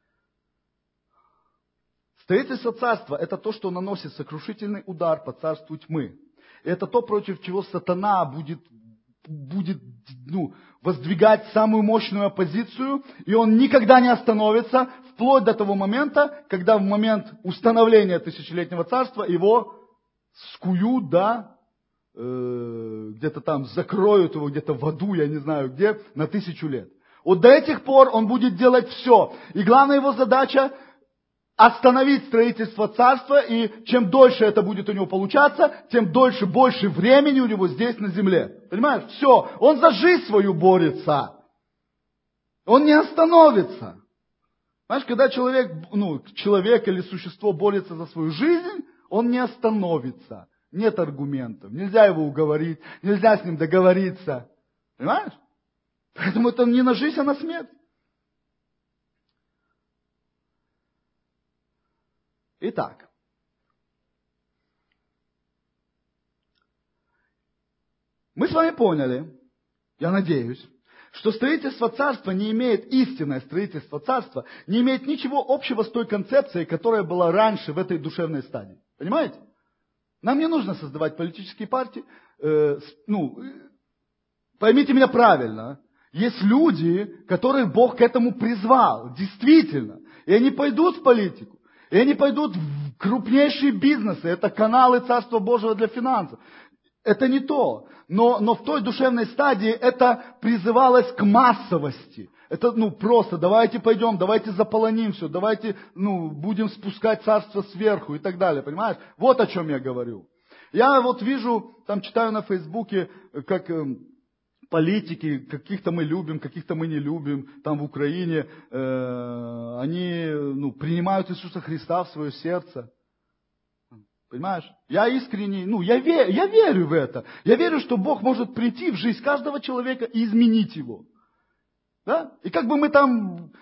Строительство царства – это то, что наносит сокрушительный удар по царству тьмы. И это то, против чего сатана будет будет воздвигать самую мощную оппозицию, и он никогда не остановится, вплоть до того момента, когда в момент установления тысячелетнего царства его скуют, да, где-то там закроют его, где-то в аду, я не знаю где, на 1000 лет. Вот до этих пор он будет делать все. И главная его задача остановить строительство царства, и чем дольше это будет у него получаться, тем больше времени у него здесь на земле. Понимаешь? Все. Он за жизнь свою борется. Он не остановится. Знаешь, когда человек или существо борется за свою жизнь, он не остановится. Нет аргументов. Нельзя его уговорить, нельзя с ним договориться. Понимаешь? Поэтому это не на жизнь, а на смерть. Итак, мы с вами поняли, я надеюсь, что строительство царства не имеет, истинное строительство царства, не имеет ничего общего с той концепцией, которая была раньше в этой душевной стадии. Понимаете? Нам не нужно создавать политические партии. Поймите меня правильно. Есть люди, которых Бог к этому призвал, действительно. И они пойдут в политику. И они пойдут в крупнейшие бизнесы. Это каналы Царства Божьего для финансов. Это не то. Но в той душевной стадии это призывалось к массовости. Это просто давайте пойдем, давайте заполоним все, давайте будем спускать царство сверху и так далее. Понимаешь? Вот о чем я говорю. Я вот вижу, там читаю на Фейсбуке, как политики, каких-то мы любим, каких-то мы не любим, там в Украине, они принимают Иисуса Христа в свое сердце. Понимаешь? Я искренне, я верю в это. Я верю, что Бог может прийти в жизнь каждого человека и изменить его. Да? И как бы мы там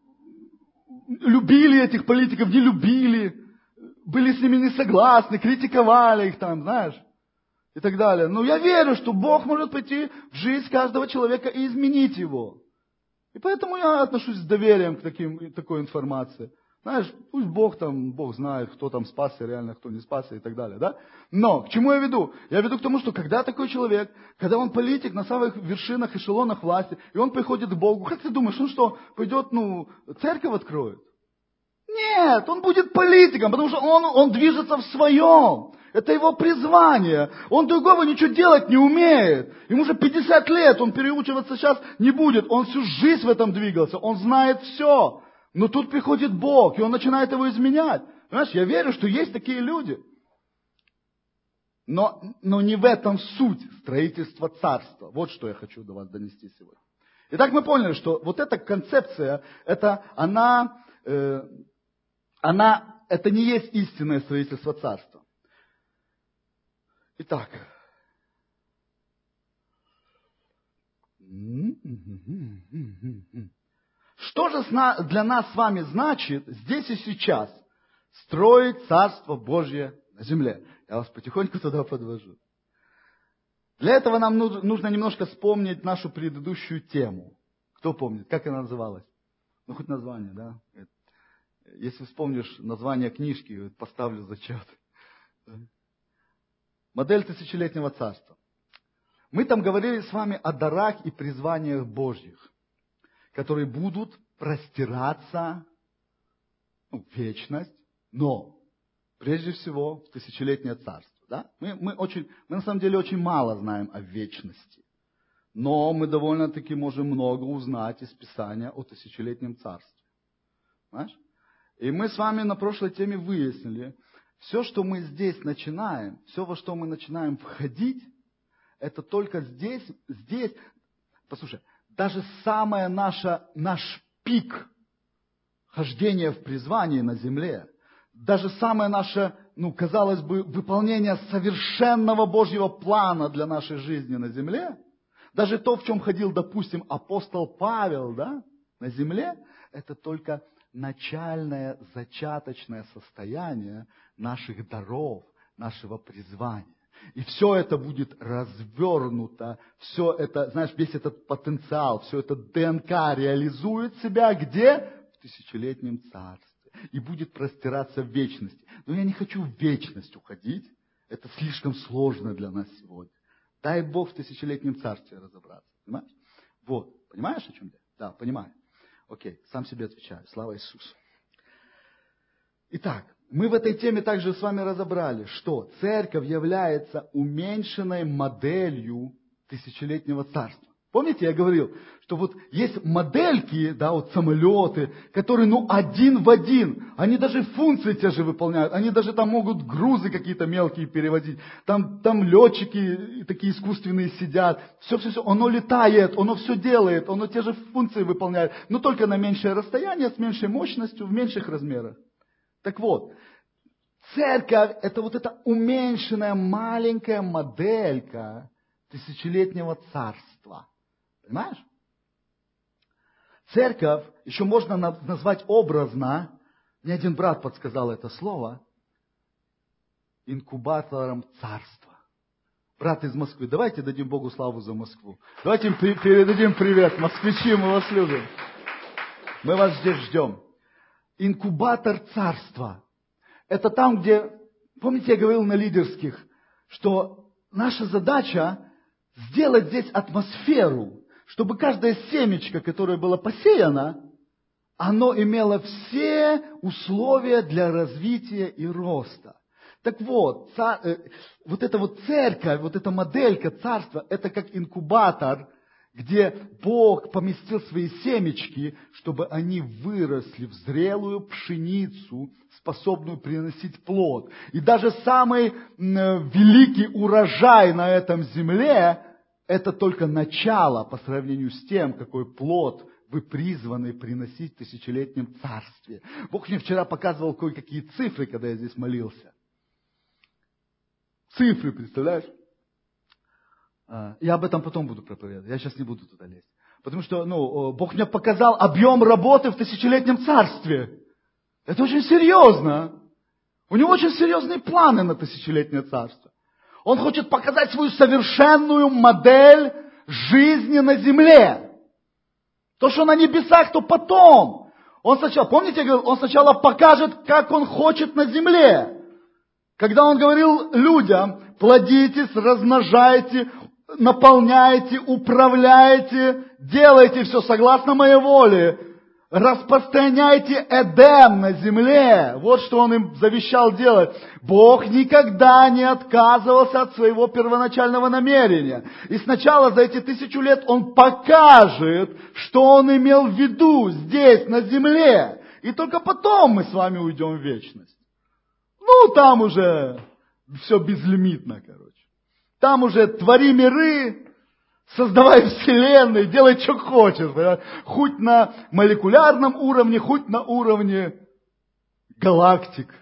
любили этих политиков, не любили, были с ними не согласны, критиковали их там, знаешь, и так далее. Но я верю, что Бог может прийти в жизнь каждого человека и изменить его. И поэтому я отношусь с доверием к такой информации. Знаешь, пусть Бог знает, кто там спасся реально, кто не спасся и так далее, да? Но к чему я веду? Я веду к тому, что когда такой человек, когда он политик на самых вершинах, эшелонах власти, и он приходит к Богу, как ты думаешь, он что, пойдет, церковь откроет? Нет, он будет политиком, потому что он движется в своем. Это его призвание. Он другого ничего делать не умеет. Ему уже 50 лет, он переучиваться сейчас не будет. Он всю жизнь в этом двигался, он знает все. Но тут приходит Бог, и он начинает его изменять. Понимаешь, я верю, что есть такие люди. Но не в этом суть строительства царства. Вот что я хочу до вас донести сегодня. Итак, мы поняли, что вот эта концепция, это не есть истинное строительство царства. Итак. Что же для нас с вами значит здесь и сейчас строить Царство Божье на земле? Я вас потихоньку туда подвожу. Для этого нам нужно немножко вспомнить нашу предыдущую тему. Кто помнит, как она называлась? Хоть название, да? Если вспомнишь название книжки, поставлю зачет. Модель тысячелетнего царства. Мы там говорили с вами о дарах и призваниях Божьих, которые будут простираться в вечность, но прежде всего в тысячелетнее царство. Да? Мы на самом деле очень мало знаем о вечности, но мы довольно-таки можем много узнать из Писания о тысячелетнем царстве. Понимаешь? И мы с вами на прошлой теме выяснили, все, что мы здесь начинаем, все, во что мы начинаем входить, это только здесь, послушай, даже самое наш пик хождения в призвании на земле, даже самое наше, казалось бы, выполнение совершенного Божьего плана для нашей жизни на земле, даже то, в чем ходил, допустим, апостол Павел, да, на земле, это только начальное, зачаточное состояние наших даров, нашего призвания. И все это будет развернуто, все это, знаешь, весь этот потенциал, все это ДНК реализует себя где? В тысячелетнем царстве. И будет простираться в вечности. Но я не хочу в вечность уходить, это слишком сложно для нас сегодня. Дай Бог в тысячелетнем царстве разобраться. Понимаешь? Вот. Понимаешь, о чем я? Да, понимаю. Окей, сам себе отвечаю. Слава Иисусу. Итак, мы в этой теме также с вами разобрали, что церковь является уменьшенной моделью тысячелетнего царства. Помните, я говорил, что вот есть модельки, да, вот самолеты, которые, один в один. Они даже функции те же выполняют. Они даже там могут грузы какие-то мелкие перевозить. Там летчики такие искусственные сидят. Все. Оно летает, оно все делает, оно те же функции выполняет. Но только на меньшее расстояние, с меньшей мощностью, в меньших размерах. Так вот, церковь – это вот эта уменьшенная маленькая моделька тысячелетнего царства. Понимаешь? Церковь еще можно назвать образно, мне один брат подсказал это слово, инкубатором царства. Брат из Москвы, давайте дадим Богу славу за Москву. Давайте им передадим привет. Москвичи, мы вас любим. Мы вас здесь ждем. Инкубатор царства. Это там, где, помните, я говорил на лидерских, что наша задача сделать здесь атмосферу, чтобы каждое семечко, которое было посеяно, оно имело все условия для развития и роста. Так вот, вот эта вот церковь, вот эта моделька царства, это как инкубатор, где Бог поместил свои семечки, чтобы они выросли в зрелую пшеницу, способную приносить плод. И даже самый великий урожай на этом земле, это только начало по сравнению с тем, какой плод вы призваны приносить в тысячелетнем царстве. Бог мне вчера показывал кое-какие цифры, когда я здесь молился. Цифры, представляешь? Я об этом потом буду проповедовать. Я сейчас не буду туда лезть. Потому что, Бог мне показал объем работы в тысячелетнем царстве. Это очень серьезно. У него очень серьезные планы на тысячелетнее царство. Он хочет показать свою совершенную модель жизни на земле. То, что на небесах, то потом. Он сначала, помните, я говорил, он сначала покажет, как он хочет на земле. Когда он говорил людям, плодитесь, размножайте, наполняйте, управляйте, делайте все согласно моей воле. Распространяйте Эдем на земле. Вот что он им завещал делать. Бог никогда не отказывался от своего первоначального намерения. И сначала за эти 1000 лет он покажет, что он имел в виду здесь, на земле. И только потом мы с вами уйдем в вечность. Там уже все безлимитно, короче. Там уже твори миры, создавай вселенную, делай, что хочешь. Хоть на молекулярном уровне, хоть на уровне галактик.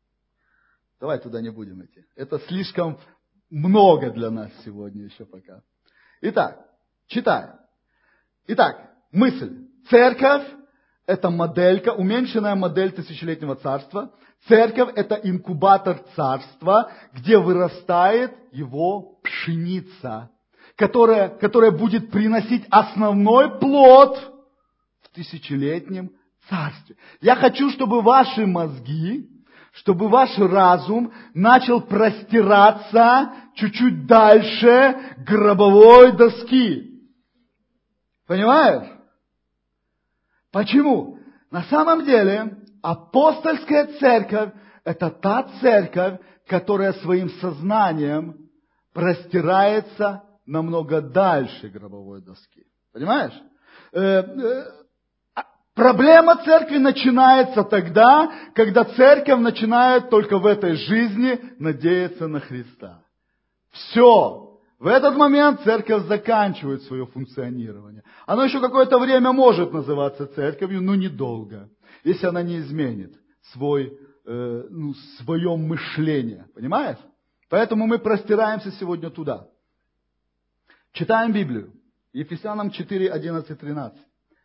Давай туда не будем идти. Это слишком много для нас сегодня еще пока. Итак, читаем. Итак, мысль. Церковь – это моделька, уменьшенная модель тысячелетнего царства. Церковь – это инкубатор царства, где вырастает его пшеница, которая будет приносить основной плод в тысячелетнем царстве. Я хочу, чтобы ваши мозги, чтобы ваш разум начал простираться чуть-чуть дальше гробовой доски. Понимаешь? Почему? На самом деле, апостольская церковь – это та церковь, которая своим сознанием простирается намного дальше гробовой доски. Понимаешь? Проблема церкви начинается тогда, когда церковь начинает только в этой жизни надеяться на Христа. Все. В этот момент церковь заканчивает свое функционирование. Оно еще какое-то время может называться церковью, но недолго, если она не изменит свое мышление. Понимаешь? Поэтому мы простираемся сегодня туда. Читаем Библию. Ефесянам 4, 11, 13.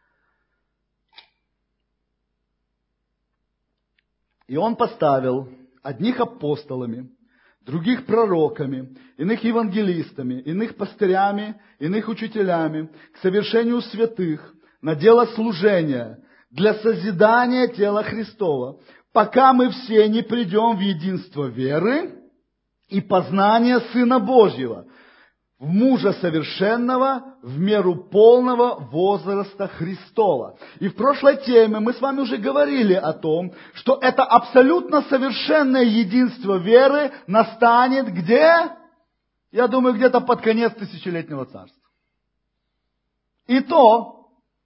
И он поставил одних апостолами, других пророками, иных евангелистами, иных пастырями, иных учителями, к совершению святых, на дело служения, для созидания тела Христова, пока мы все не придем в единство веры и познания Сына Божьего, в мужа совершенного в меру полного возраста Христова. И в прошлой теме мы с вами уже говорили о том, что это абсолютно совершенное единство веры настанет где? Я думаю, где-то под конец тысячелетнего царства. И то,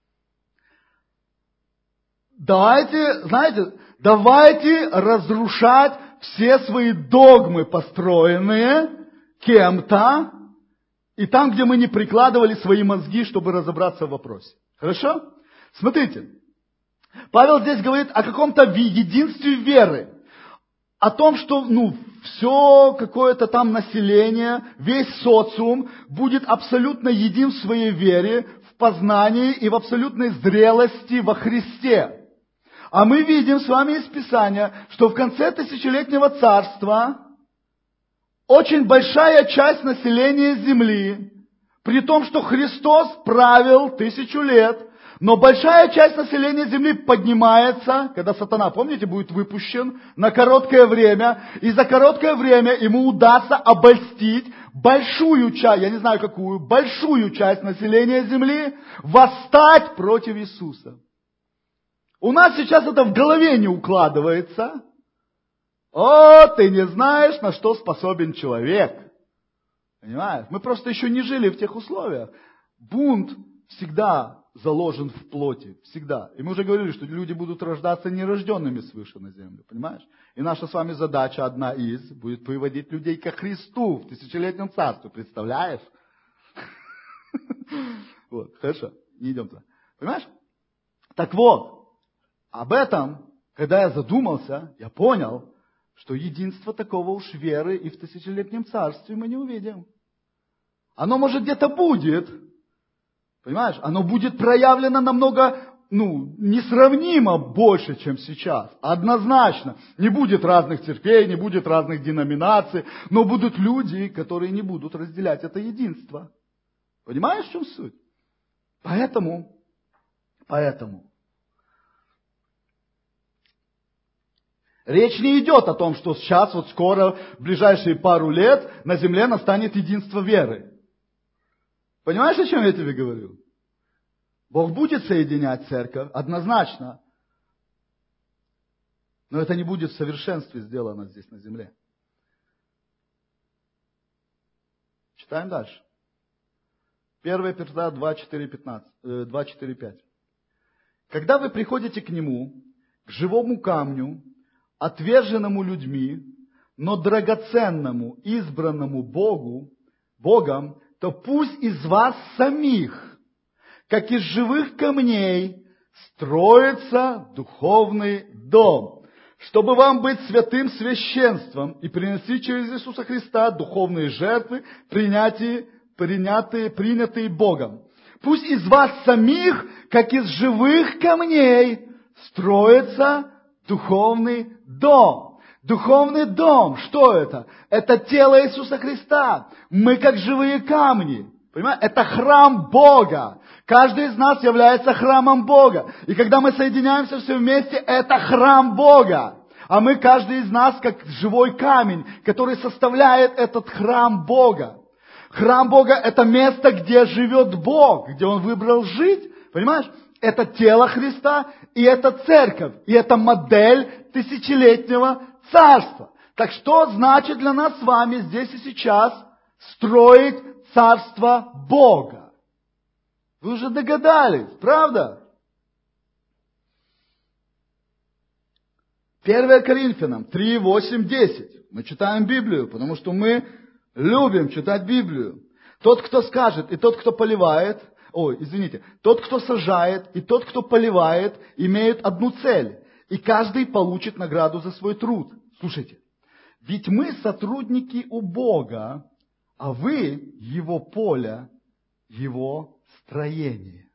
давайте разрушать все свои догмы, построенные кем-то, и там, где мы не прикладывали свои мозги, чтобы разобраться в вопросе. Хорошо? Смотрите. Павел здесь говорит о каком-то единстве веры. О том, что все какое-то там население, весь социум будет абсолютно един в своей вере, в познании и в абсолютной зрелости во Христе. А мы видим с вами из Писания, что в конце тысячелетнего царства очень большая часть населения Земли, при том, что Христос правил 1000 лет, но большая часть населения Земли поднимается, когда сатана, помните, будет выпущен на короткое время, и за короткое время ему удастся обольстить большую часть, я не знаю какую, большую часть населения Земли, восстать против Иисуса. У нас сейчас это в голове не укладывается. О, ты не знаешь, на что способен человек. Понимаешь? Мы просто еще не жили в тех условиях. Бунт всегда заложен в плоти. Всегда. И мы уже говорили, что люди будут рождаться нерожденными свыше на землю. Понимаешь? И наша с вами задача, одна из, будет приводить людей ко Христу в тысячелетнем царстве. Представляешь? Вот, хорошо. Не идем туда. Понимаешь? Так вот, об этом, когда я задумался, я понял, что единство такого уж веры и в тысячелетнем царстве мы не увидим. Оно, может, где-то будет. Понимаешь? Оно будет проявлено намного, несравнимо больше, чем сейчас. Однозначно. Не будет разных церквей, не будет разных деноминаций, но будут люди, которые не будут разделять это единство. Понимаешь, в чем суть? Поэтому, речь не идет о том, что сейчас, вот скоро, в ближайшие пару лет, на земле настанет единство веры. Понимаешь, о чем я тебе говорю? Бог будет соединять церковь, однозначно. Но это не будет в совершенстве сделано здесь на земле. Читаем дальше. 1 Петра 2:4-5. Когда вы приходите к Нему, к живому камню, отверженному людьми, но драгоценному, избранному Богом, то пусть из вас самих, как из живых камней, строится духовный дом, чтобы вам быть святым священством и приносить через Иисуса Христа духовные жертвы, принятые Богом. Пусть из вас самих, как из живых камней, строится духовный дом. Духовный дом, что это? Это тело Иисуса Христа. Мы как живые камни. Понимаете? Это храм Бога. Каждый из нас является храмом Бога. И когда мы соединяемся все вместе, это храм Бога. А мы, каждый из нас, как живой камень, который составляет этот храм Бога. Храм Бога – это место, где живет Бог, где Он выбрал жить. Понимаешь? Это тело Христа, и это церковь, и это модель тысячелетнего царства. Так что значит для нас с вами здесь и сейчас строить царство Бога? Вы уже догадались, правда? 1 Коринфянам 3, 8, 10. Мы читаем Библию, потому что мы любим читать Библию. Тот, кто скажет, и тот, кто поливает, тот, кто сажает, и тот, кто поливает, имеют одну цель. И каждый получит награду за свой труд. Слушайте, ведь мы сотрудники у Бога, а вы Его поле, Его строение.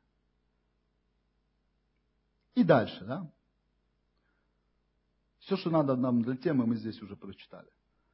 И дальше, да? Все, что надо нам для темы, мы здесь уже прочитали.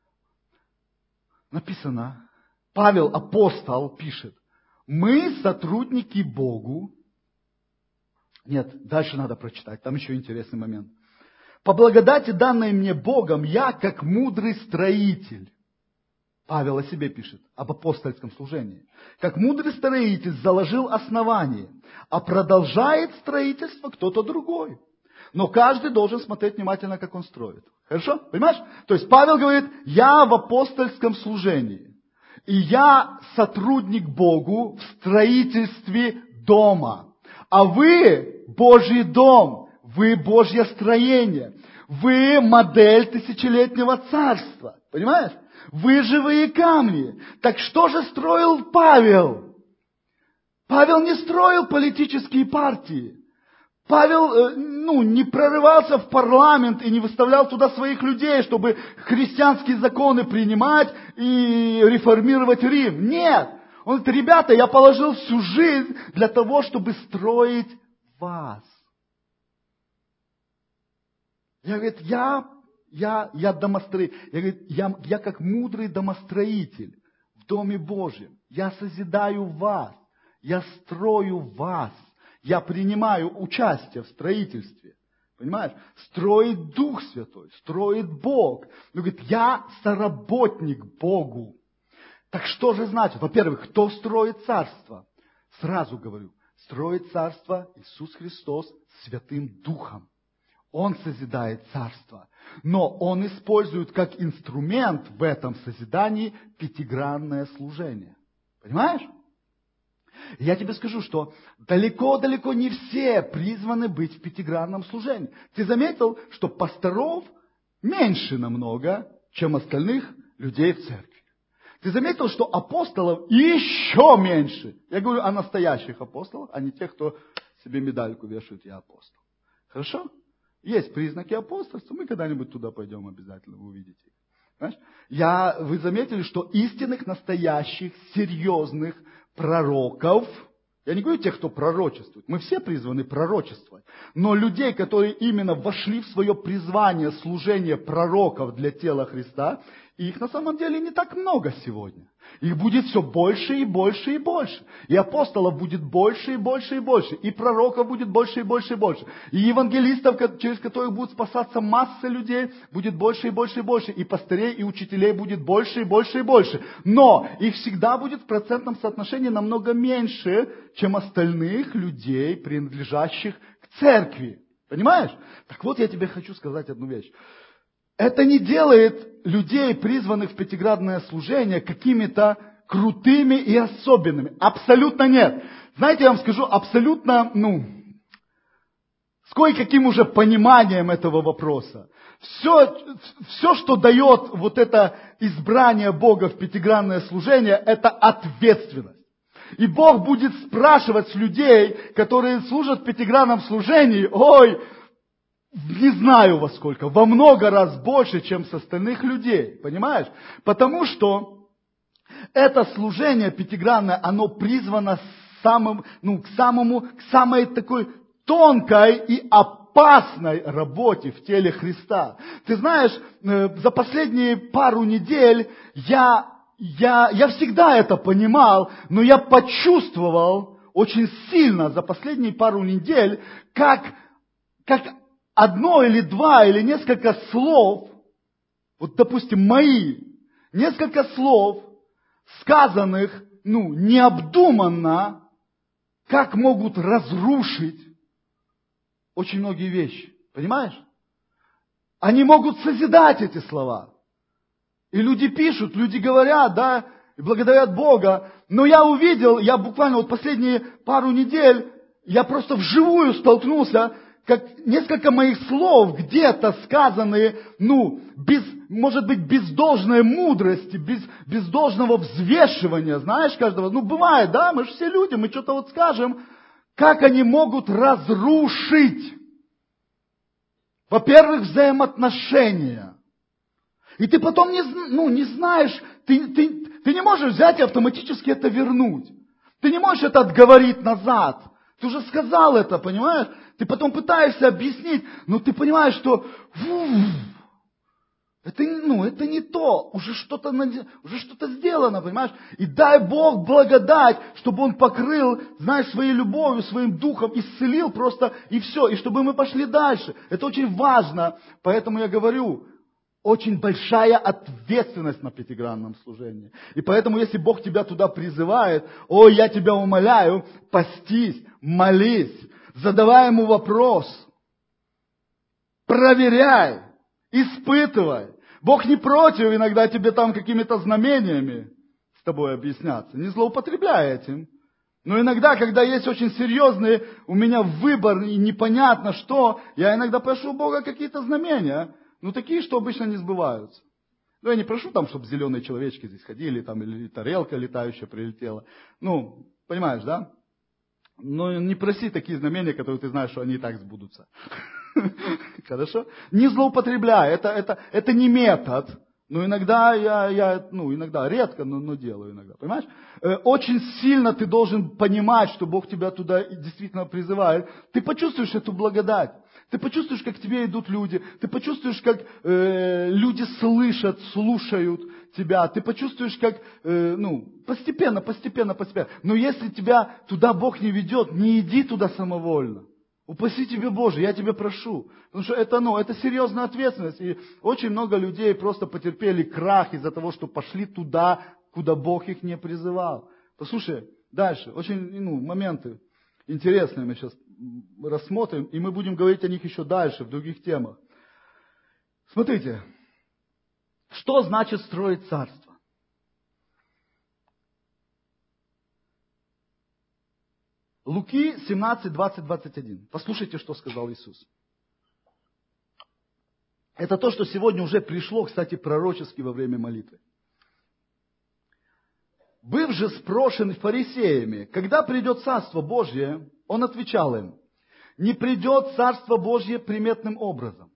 Написано, Павел, апостол, пишет, мы сотрудники Богу. Нет, дальше надо прочитать, там еще интересный момент. По благодати, данной мне Богом, я, как мудрый строитель. Павел о себе пишет, об апостольском служении. Как мудрый строитель заложил основание, а продолжает строительство кто-то другой. Но каждый должен смотреть внимательно, как он строит. Хорошо? Понимаешь? То есть Павел говорит, я в апостольском служении. И я сотрудник Богу в строительстве дома. А вы Божий дом, вы Божье строение. Вы модель тысячелетнего царства. Понимаешь? Вы живые камни. Так что же строил Павел? Павел не строил политические партии. Павел не прорывался в парламент и не выставлял туда своих людей, чтобы христианские законы принимать и реформировать Рим. Нет. Он говорит, ребята, я положил всю жизнь для того, чтобы строить вас. Я как мудрый домостроитель в Доме Божьем. Я созидаю вас. Я строю вас. Я принимаю участие в строительстве. Понимаешь? Строит Дух Святой, строит Бог. Он говорит, я соработник Богу. Так что же значит? Во-первых, кто строит царство? Сразу говорю, строит царство Иисус Христос Святым Духом. Он созидает царство. Но Он использует как инструмент в этом созидании пятигранное служение. Понимаешь? Я тебе скажу, что далеко-далеко не все призваны быть в пятигранном служении. Ты заметил, что пасторов меньше намного, чем остальных людей в церкви. Ты заметил, что апостолов еще меньше. Я говорю о настоящих апостолах, а не тех, кто себе медальку вешает, я апостол. Хорошо? Есть признаки апостольства, мы когда-нибудь туда пойдем обязательно, вы увидите. Понимаешь? Вы заметили, что истинных, настоящих, серьезных пророков, я не говорю тех, кто пророчествует, мы все призваны пророчествовать, но людей, которые именно вошли в свое призвание служения пророков для тела Христа, их на самом деле не так много сегодня. Их будет все больше и больше и больше. И апостолов будет больше и больше и больше. И пророков будет больше и больше и больше. И евангелистов, через которых будут спасаться массы людей, будет больше и больше и больше. И пастырей, и учителей будет больше и больше и больше. Но их всегда будет в процентном соотношении намного меньше, чем остальных людей, принадлежащих к церкви. Понимаешь? Так вот, я тебе хочу сказать одну вещь. Это не делает людей, призванных в пятигранное служение, какими-то крутыми и особенными. Абсолютно нет. Знаете, я вам скажу, абсолютно, с кое-каким уже пониманием этого вопроса. Все, что дает вот это избрание Бога в пятигранное служение, это ответственность. И Бог будет спрашивать с людей, которые служат в пятигранном служении, не знаю во сколько, во много раз больше, чем с остальных людей. Понимаешь? Потому что это служение пятигранное, оно призвано к самой такой тонкой и опасной работе в теле Христа. Ты знаешь, за последние пару недель я всегда это понимал, но я почувствовал очень сильно за последние пару недель, как одно или два или несколько слов, вот допустим мои, несколько слов, сказанных, необдуманно, как могут разрушить очень многие вещи. Понимаешь? Они могут созидать эти слова. И люди пишут, люди говорят, да, и благодарят Бога. Но я буквально последние пару недель, я просто вживую столкнулся, как несколько моих слов, где-то сказанные, может быть, без должной мудрости, без должного взвешивания, знаешь, каждого. Бывает, да, мы же все люди, мы что-то скажем, как они могут разрушить, во-первых, взаимоотношения. И ты потом не знаешь, ты не можешь взять и автоматически это вернуть. Ты не можешь это отговорить назад. Ты уже сказал это, понимаешь? Ты потом пытаешься объяснить, но ты понимаешь, что это не то, уже что-то сделано, понимаешь? И дай Бог благодать, чтобы Он покрыл, знаешь, своей любовью, своим духом, исцелил просто, и все, и чтобы мы пошли дальше. Это очень важно, поэтому я говорю, очень большая ответственность на пятигранном служении. И поэтому, если Бог тебя туда призывает, я тебя умоляю, постись, молись, задавай Ему вопрос, проверяй, испытывай. Бог не против иногда тебе там какими-то знамениями с тобой объясняться. Не злоупотребляй этим. Но иногда, когда есть очень серьезный у меня выбор и непонятно что, я иногда прошу Бога какие-то знамения. Такие, что обычно не сбываются. Я не прошу там, чтобы зеленые человечки здесь ходили, там, или тарелка летающая прилетела. Понимаешь, да? Но не проси такие знамения, которые ты знаешь, что они и так сбудутся. Хорошо? Не злоупотребляй, это не метод. Но иногда иногда, редко, но делаю иногда, понимаешь? Очень сильно ты должен понимать, что Бог тебя туда действительно призывает. Ты почувствуешь эту благодать. Ты почувствуешь, как к тебе идут люди. Ты почувствуешь, как люди слышат, слушают тебя. Ты почувствуешь, как, постепенно. Но если тебя туда Бог не ведет, не иди туда самовольно. Упаси тебе, Боже, я тебя прошу. Потому что это серьезная ответственность. И очень много людей просто потерпели крах из-за того, что пошли туда, куда Бог их не призывал. Послушай, дальше. Очень моменты интересные мы сейчас рассмотрим. И мы будем говорить о них еще дальше, в других темах. Смотрите. Что значит строить царство? Луки 17, 20, 21. Послушайте, что сказал Иисус. Это то, что сегодня уже пришло, кстати, пророчески во время молитвы. Быв же спрошен фарисеями, когда придет Царство Божье, он отвечал им, не придет Царство Божье приметным образом.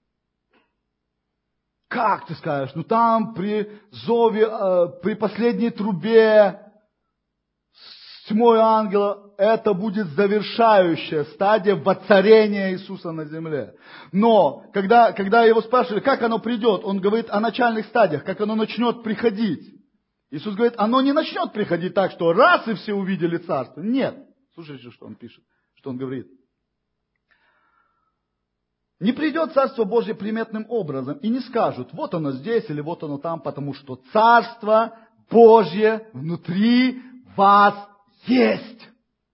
Как ты скажешь? Там при зове, при последней трубе, с тьмой ангела, это будет завершающая стадия воцарения Иисуса на земле. Но, когда его спрашивали, как оно придет, он говорит о начальных стадиях, как оно начнет приходить. Иисус говорит, оно не начнет приходить так, что раз и все увидели царство. Нет. Слушайте, что он пишет, что он говорит. Не придет Царство Божье приметным образом, и не скажут, вот оно здесь или вот оно там, потому что Царство Божье внутри вас есть.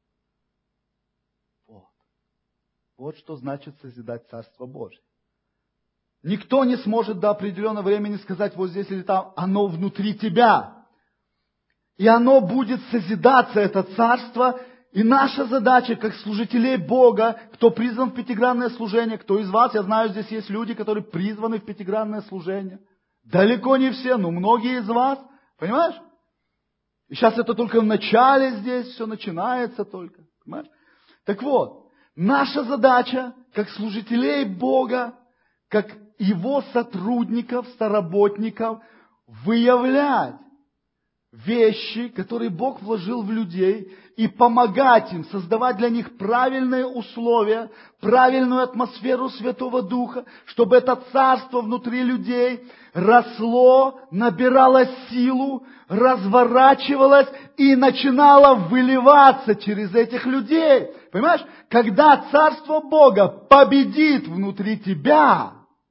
Вот что значит созидать Царство Божье. Никто не сможет до определенного времени сказать, вот здесь или там, оно внутри тебя. И оно будет созидаться, это Царство. И наша задача, как служителей Бога, кто призван в пятигранное служение, кто из вас, я знаю, здесь есть люди, которые призваны в пятигранное служение. Далеко не все, но многие из вас, понимаешь? И сейчас это только в начале здесь, все начинается только, понимаешь? Так вот, наша задача, как служителей Бога, как Его сотрудников, соработников, выявлять вещи, которые Бог вложил в людей, и помогать им, создавать для них правильные условия, правильную атмосферу Святого Духа, чтобы это царство внутри людей росло, набирало силу, разворачивалось и начинало выливаться через этих людей. Понимаешь? Когда царство Бога победит внутри тебя.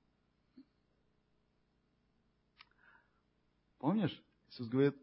Помнишь? Иисус говорит,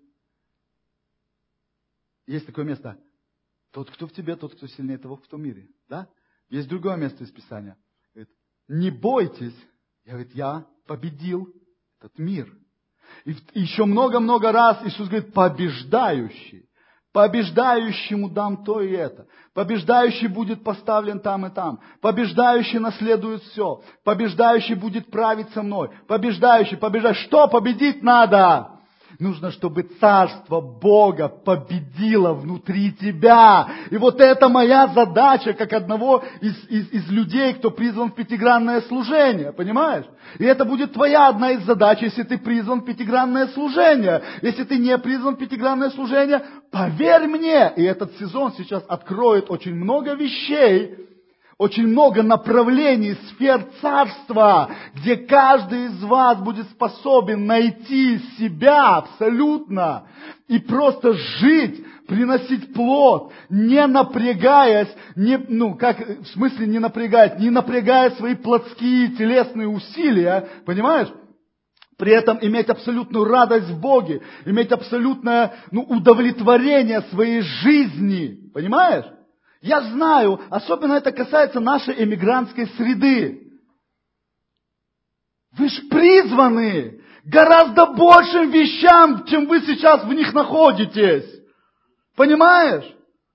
есть такое место. Тот, кто в тебе, тот, кто сильнее того, кто в мире. Да? Есть другое место из Писания. Говорит, не бойтесь. Я победил этот мир. И еще много-много раз Иисус говорит, побеждающий. Побеждающему дам то и это. Побеждающий будет поставлен там и там. Побеждающий наследует все. Побеждающий будет править со мной. Побеждающий. Что победить надо? Нужно, чтобы Царство Бога победило внутри тебя. И вот это моя задача, как одного из людей, кто призван в пятигранное служение. Понимаешь? И это будет твоя одна из задач, если ты призван в пятигранное служение. Если ты не призван в пятигранное служение, поверь мне, и этот сезон сейчас откроет очень много вещей, очень много направлений, сфер царства, где каждый из вас будет способен найти себя абсолютно и просто жить, приносить плод, не напрягаясь, не напрягая свои плотские телесные усилия, понимаешь? при этом иметь абсолютную радость в Боге, иметь абсолютное удовлетворение своей жизни. Понимаешь? Я знаю, особенно это касается нашей эмигрантской среды. Вы же призваны гораздо большим вещам, чем вы сейчас в них находитесь. Понимаешь?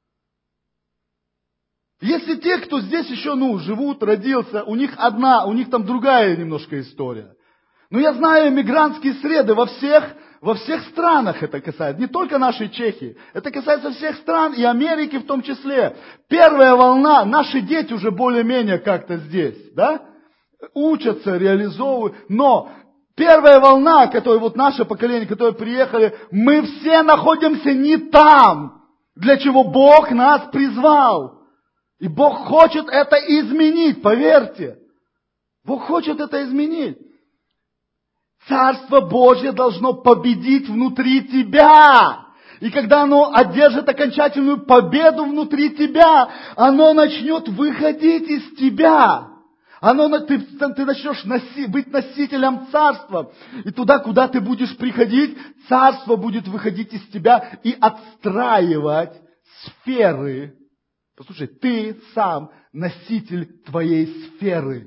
Если те, кто здесь еще, живут, родился, у них там другая немножко история. Но я знаю эмигрантские среды во всех странах это касается, не только нашей Чехии. Это касается всех стран и Америки в том числе. Первая волна, наши дети уже более-менее как-то здесь, да? Учатся, реализовывают. Но первая волна, которая наше поколение, которое приехали, мы все находимся не там, для чего Бог нас призвал. И Бог хочет это изменить, поверьте. Бог хочет это изменить. Царство Божье должно победить внутри тебя. И когда оно одержит окончательную победу внутри тебя, оно начнет выходить из тебя. Ты начнешь быть носителем царства. И туда, куда ты будешь приходить, царство будет выходить из тебя и отстраивать сферы. Послушай, ты сам носитель твоей сферы.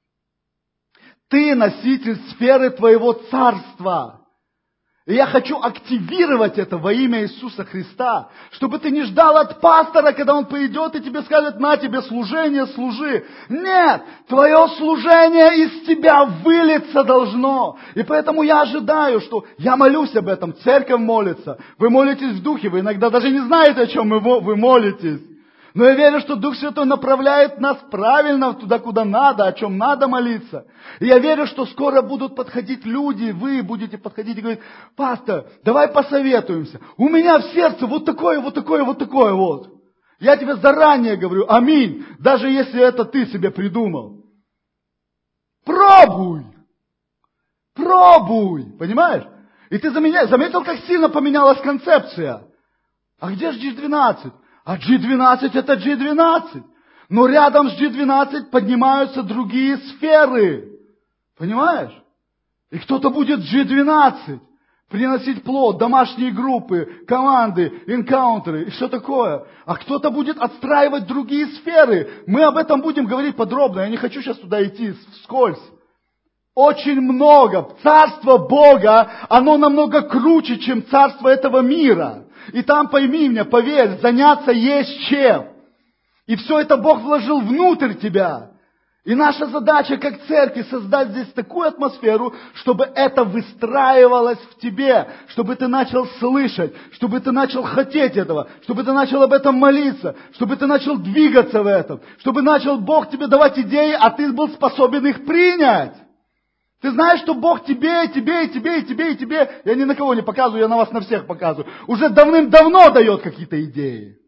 Ты носитель сферы твоего царства. И я хочу активировать это во имя Иисуса Христа, чтобы ты не ждал от пастора, когда он придет и тебе скажет: на тебе служение, служи. Нет, твое служение из тебя вылиться должно. И поэтому я ожидаю, что я молюсь об этом, церковь молится, вы молитесь в духе, вы иногда даже не знаете, о чем вы молитесь. Но я верю, что Дух Святой направляет нас правильно туда, куда надо, о чем надо молиться. И я верю, что скоро будут подходить люди, вы будете подходить и говорить: пастор, давай посоветуемся. У меня в сердце вот такое. Я тебе заранее говорю, аминь, даже если это ты себе придумал. Пробуй, понимаешь? И ты заметил, как сильно поменялась концепция. А где же G12? А G12 это G12. Но рядом с G12 поднимаются другие сферы. Понимаешь? И кто-то будет G12 приносить плод, домашние группы, команды, энкаунтеры и что такое. А кто-то будет отстраивать другие сферы. Мы об этом будем говорить подробно. Я не хочу сейчас туда идти вскользь. Очень много. Царство Бога, оно намного круче, чем царство этого мира. И там, пойми меня, поверь, заняться есть чем. И все это Бог вложил внутрь тебя. И наша задача как церкви создать здесь такую атмосферу, чтобы это выстраивалось в тебе, чтобы ты начал слышать, чтобы ты начал хотеть этого, чтобы ты начал об этом молиться, чтобы ты начал двигаться в этом, чтобы начал Бог тебе давать идеи, а ты был способен их принять. Ты знаешь, что Бог тебе, я ни на кого не показываю, я на вас на всех показываю, уже давным-давно дает какие-то идеи.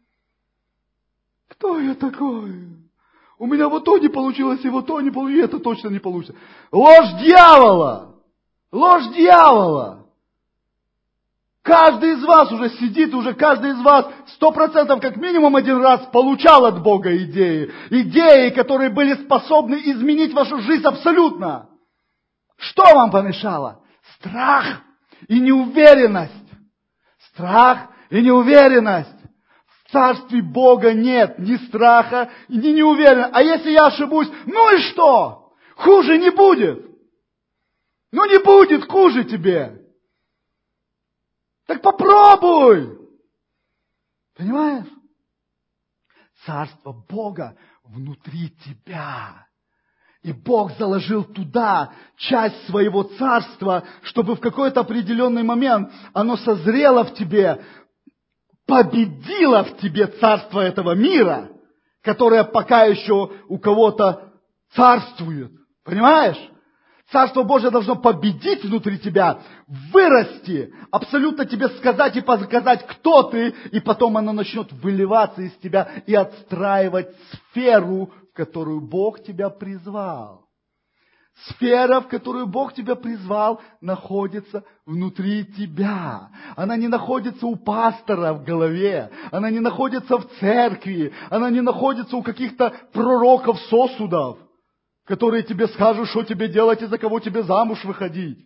Кто я такой? У меня вот то не получилось, и вот то не получилось, и это точно не получится. Ложь дьявола! Ложь дьявола! Каждый из вас уже сидит, уже каждый из вас 100% как минимум один раз получал от Бога идеи. Идеи, которые были способны изменить вашу жизнь абсолютно. Что вам помешало? Страх и неуверенность. Страх и неуверенность. В царстве Бога нет ни страха, ни неуверенности. А если я ошибусь, ну и что? Хуже не будет. Ну не будет хуже тебе. Так попробуй. Понимаешь? Царство Бога внутри тебя. И Бог заложил туда часть своего царства, чтобы в какой-то определенный момент оно созрело в тебе, победило в тебе царство этого мира, которое пока еще у кого-то царствует. Понимаешь? Царство Божье должно победить внутри тебя, вырасти, абсолютно тебе сказать и показать, кто ты, и потом оно начнет выливаться из тебя и отстраивать сферу, в которую Бог тебя призвал. Сфера, в которую Бог тебя призвал, находится внутри тебя. Она не находится у пастора в голове. Она не находится в церкви. Она не находится у каких-то пророков сосудов, которые тебе скажут, что тебе делать и за кого тебе замуж выходить.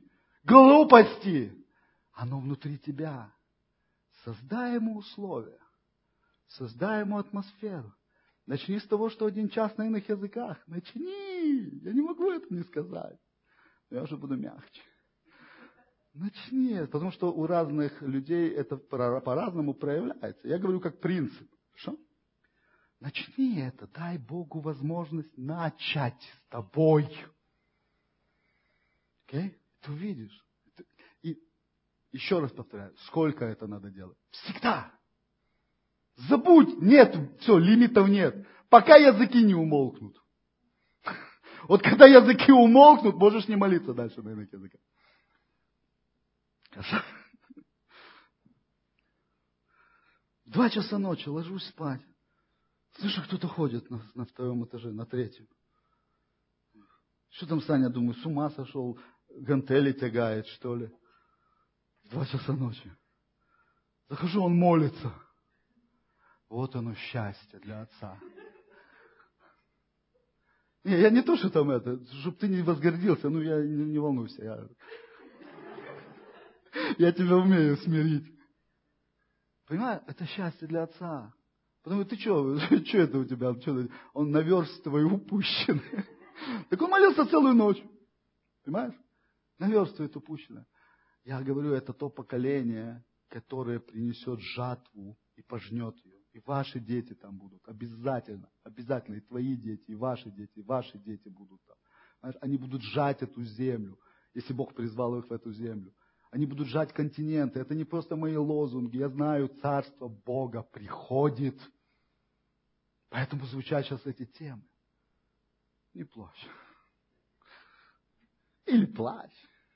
глупости. Оно внутри тебя. Создай ему условия. Создай ему атмосферу. Начни с того, что 1 час на иных языках. Начни. Я не могу это не сказать. Я уже буду мягче. Начни. Потому что у разных людей это по-разному проявляется. Я говорю как принцип. Хорошо? Начни это. Дай Богу возможность начать с тобой. Окей? Ты увидишь. И еще раз повторяю. Сколько это надо делать? Всегда. Забудь, нет, все, лимитов нет. Пока языки не умолкнут. Вот когда языки умолкнут, можешь не молиться дальше на иных языках. Хорошо? 2 часа ночи, ложусь спать. Слышу, кто-то ходит на 2-м этаже, на 3-м. Что там, Саня, думаю, с ума сошел, гантели тягает, что ли? 2 часа ночи. Захожу, он молится. Вот оно счастье для отца. Не, я не то, что там это, чтобы ты не возгордился, ну я не волнуйся. Я тебя умею смирить. Понимаешь, это счастье для отца. Потому что ты что это у тебя? Он наверстывает упущенное. Так он молился целую ночь. Понимаешь? Наверстывает упущенное. Я говорю, это то поколение, которое принесет жатву и пожнет ее. И ваши дети там будут. Обязательно. Обязательно. И твои дети, и ваши дети будут там. Знаешь, они будут жать эту землю, если Бог призвал их в эту землю. Они будут жать континенты. Это не просто мои лозунги. Я знаю, Царство Бога приходит. Поэтому звучат сейчас эти темы. Не плачь. Или плачь.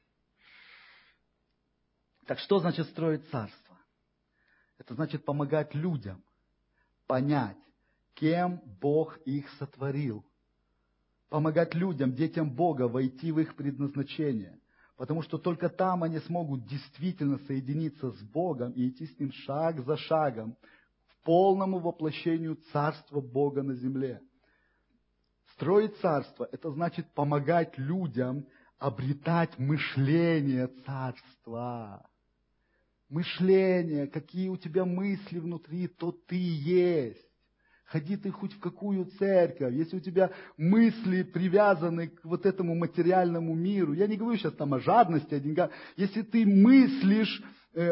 Так что значит строить царство? Это значит помогать людям понять, кем Бог их сотворил. Помогать людям, детям Бога, войти в их предназначение. Потому что только там они смогут действительно соединиться с Богом и идти с Ним шаг за шагом к полному воплощению Царства Бога на земле. Строить царство – это значит помогать людям обретать мышление царства. Мышление, какие у тебя мысли внутри, то ты есть. Ходи ты хоть в какую церковь, если у тебя мысли привязаны к вот этому материальному миру, я не говорю сейчас там о жадности, о деньгах, если ты мыслишь,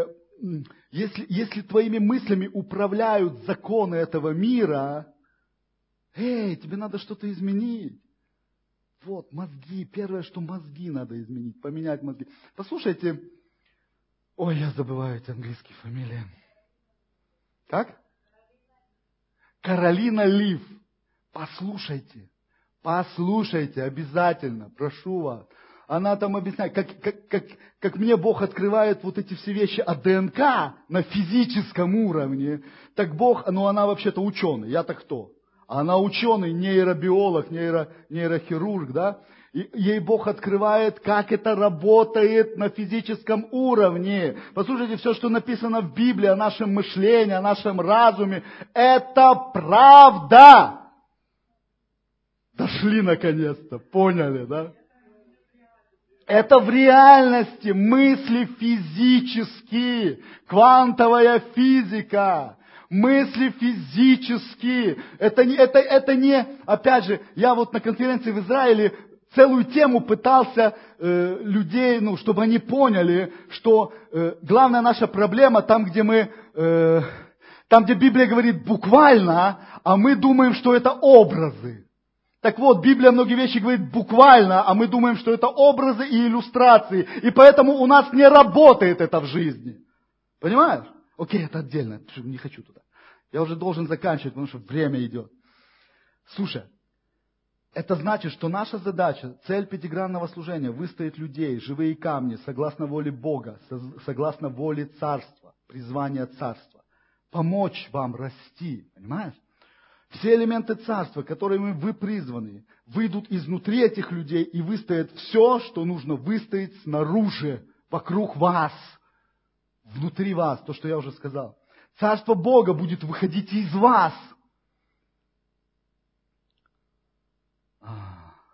если твоими мыслями управляют законы этого мира, тебе надо что-то изменить. Вот, мозги, первое, что мозги надо изменить, поменять мозги. Послушайте, я забываю эти английские фамилии. Как? Каролина Лив. Послушайте обязательно, прошу вас. Она там объясняет, как мне Бог открывает вот эти все вещи о ДНК на физическом уровне. Так Бог, она вообще-то ученый, я-то кто? Она ученый, нейробиолог, нейрохирург, да? И ей Бог открывает, как это работает на физическом уровне. Послушайте, все, что написано в Библии о нашем мышлении, о нашем разуме, это правда. Дошли наконец-то, поняли, да? Это в реальности мысли физические, квантовая физика. Мысли физические. Это не, опять же, я вот на конференции в Израиле целую тему пытался людей, чтобы они поняли, что главная наша проблема там, где Библия говорит буквально, а мы думаем, что это образы. Так вот, Библия многие вещи говорит буквально, а мы думаем, что это образы и иллюстрации. И поэтому у нас не работает это в жизни. Понимаешь? Окей, это отдельно, не хочу туда. Я уже должен заканчивать, потому что время идет. Слушай, это значит, что наша задача, цель пятигранного служения, выстоять людей, живые камни, согласно воле Бога, согласно воле Царства, призвания Царства. Помочь вам расти, понимаешь? Все элементы Царства, которыми вы призваны, выйдут изнутри этих людей и выстоят все, что нужно выстоять снаружи, вокруг вас. Внутри вас, то, что я уже сказал. Царство Бога будет выходить из вас.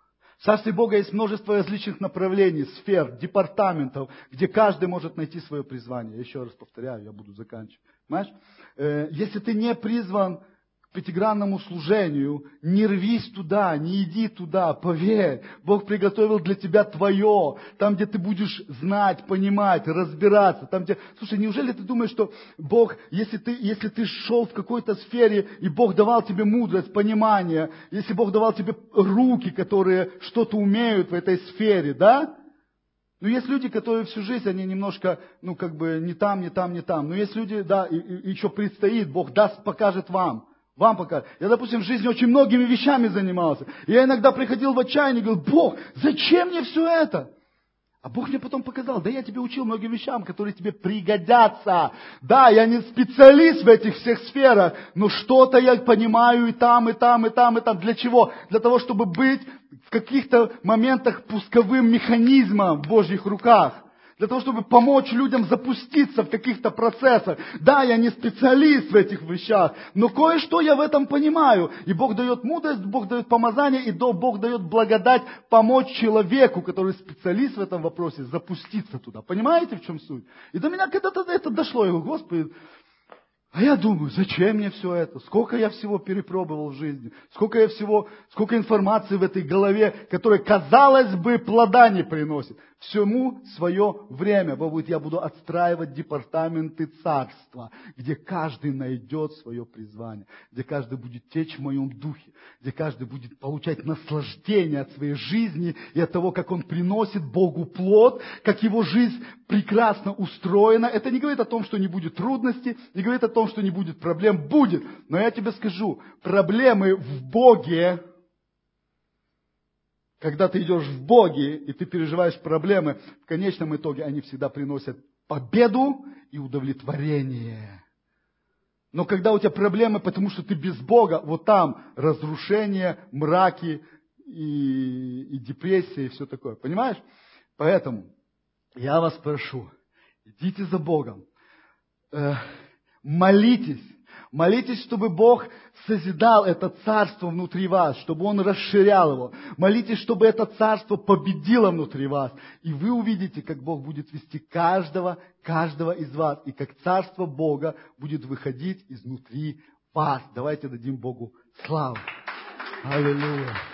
В Царстве Бога есть множество различных направлений, сфер, департаментов, где каждый может найти свое призвание. Я еще раз повторяю, я буду заканчивать. Понимаешь? Если ты не призван к пятигранному служению, не рвись туда, не иди туда, поверь. Бог приготовил для тебя твое, там, где ты будешь знать, понимать, разбираться. Там, где... Слушай, неужели ты думаешь, что Бог, если ты шел в какой-то сфере, и Бог давал тебе мудрость, понимание, если Бог давал тебе руки, которые что-то умеют в этой сфере, да? Ну, есть люди, которые всю жизнь, они немножко, не там. Но есть люди, да, и еще предстоит, Бог даст, покажет вам. Вам покажет. Я, допустим, в жизни очень многими вещами занимался. Я иногда приходил в отчаяние и говорил: Бог, зачем мне все это? А Бог мне потом показал: да я тебе учил многим вещам, которые тебе пригодятся. Да, я не специалист в этих всех сферах, но что-то я понимаю и там. Для чего? Для того, чтобы быть в каких-то моментах пусковым механизмом в Божьих руках. Для того, чтобы помочь людям запуститься в каких-то процессах. Да, я не специалист в этих вещах, но кое-что я в этом понимаю. И Бог дает мудрость, Бог дает помазание, и Бог дает благодать помочь человеку, который специалист в этом вопросе, запуститься туда. Понимаете, в чем суть? И до меня когда-то это дошло. Я говорю: Господи, а я думаю, зачем мне все это? Сколько я всего перепробовал в жизни? Сколько информации в этой голове, которая, казалось бы, плода не приносит. Всему свое время. Бог говорит: я буду отстраивать департаменты царства, где каждый найдет свое призвание, где каждый будет течь в моем духе, где каждый будет получать наслаждение от своей жизни и от того, как он приносит Богу плод, как его жизнь прекрасно устроена. Это не говорит о том, что не будет трудностей, не говорит о том, что не будет проблем. Будет. Но я тебе скажу, проблемы в Боге, когда ты идешь в Боге, и ты переживаешь проблемы, в конечном итоге они всегда приносят победу и удовлетворение. Но когда у тебя проблемы, потому что ты без Бога, вот там разрушение, мраки и депрессия и все такое. Понимаешь? Поэтому я вас прошу, идите за Богом, молитесь. Молитесь, чтобы Бог созидал это царство внутри вас, чтобы Он расширял его. Молитесь, чтобы это царство победило внутри вас. И вы увидите, как Бог будет вести каждого из вас. И как царство Бога будет выходить изнутри вас. Давайте дадим Богу славу. Аллилуйя.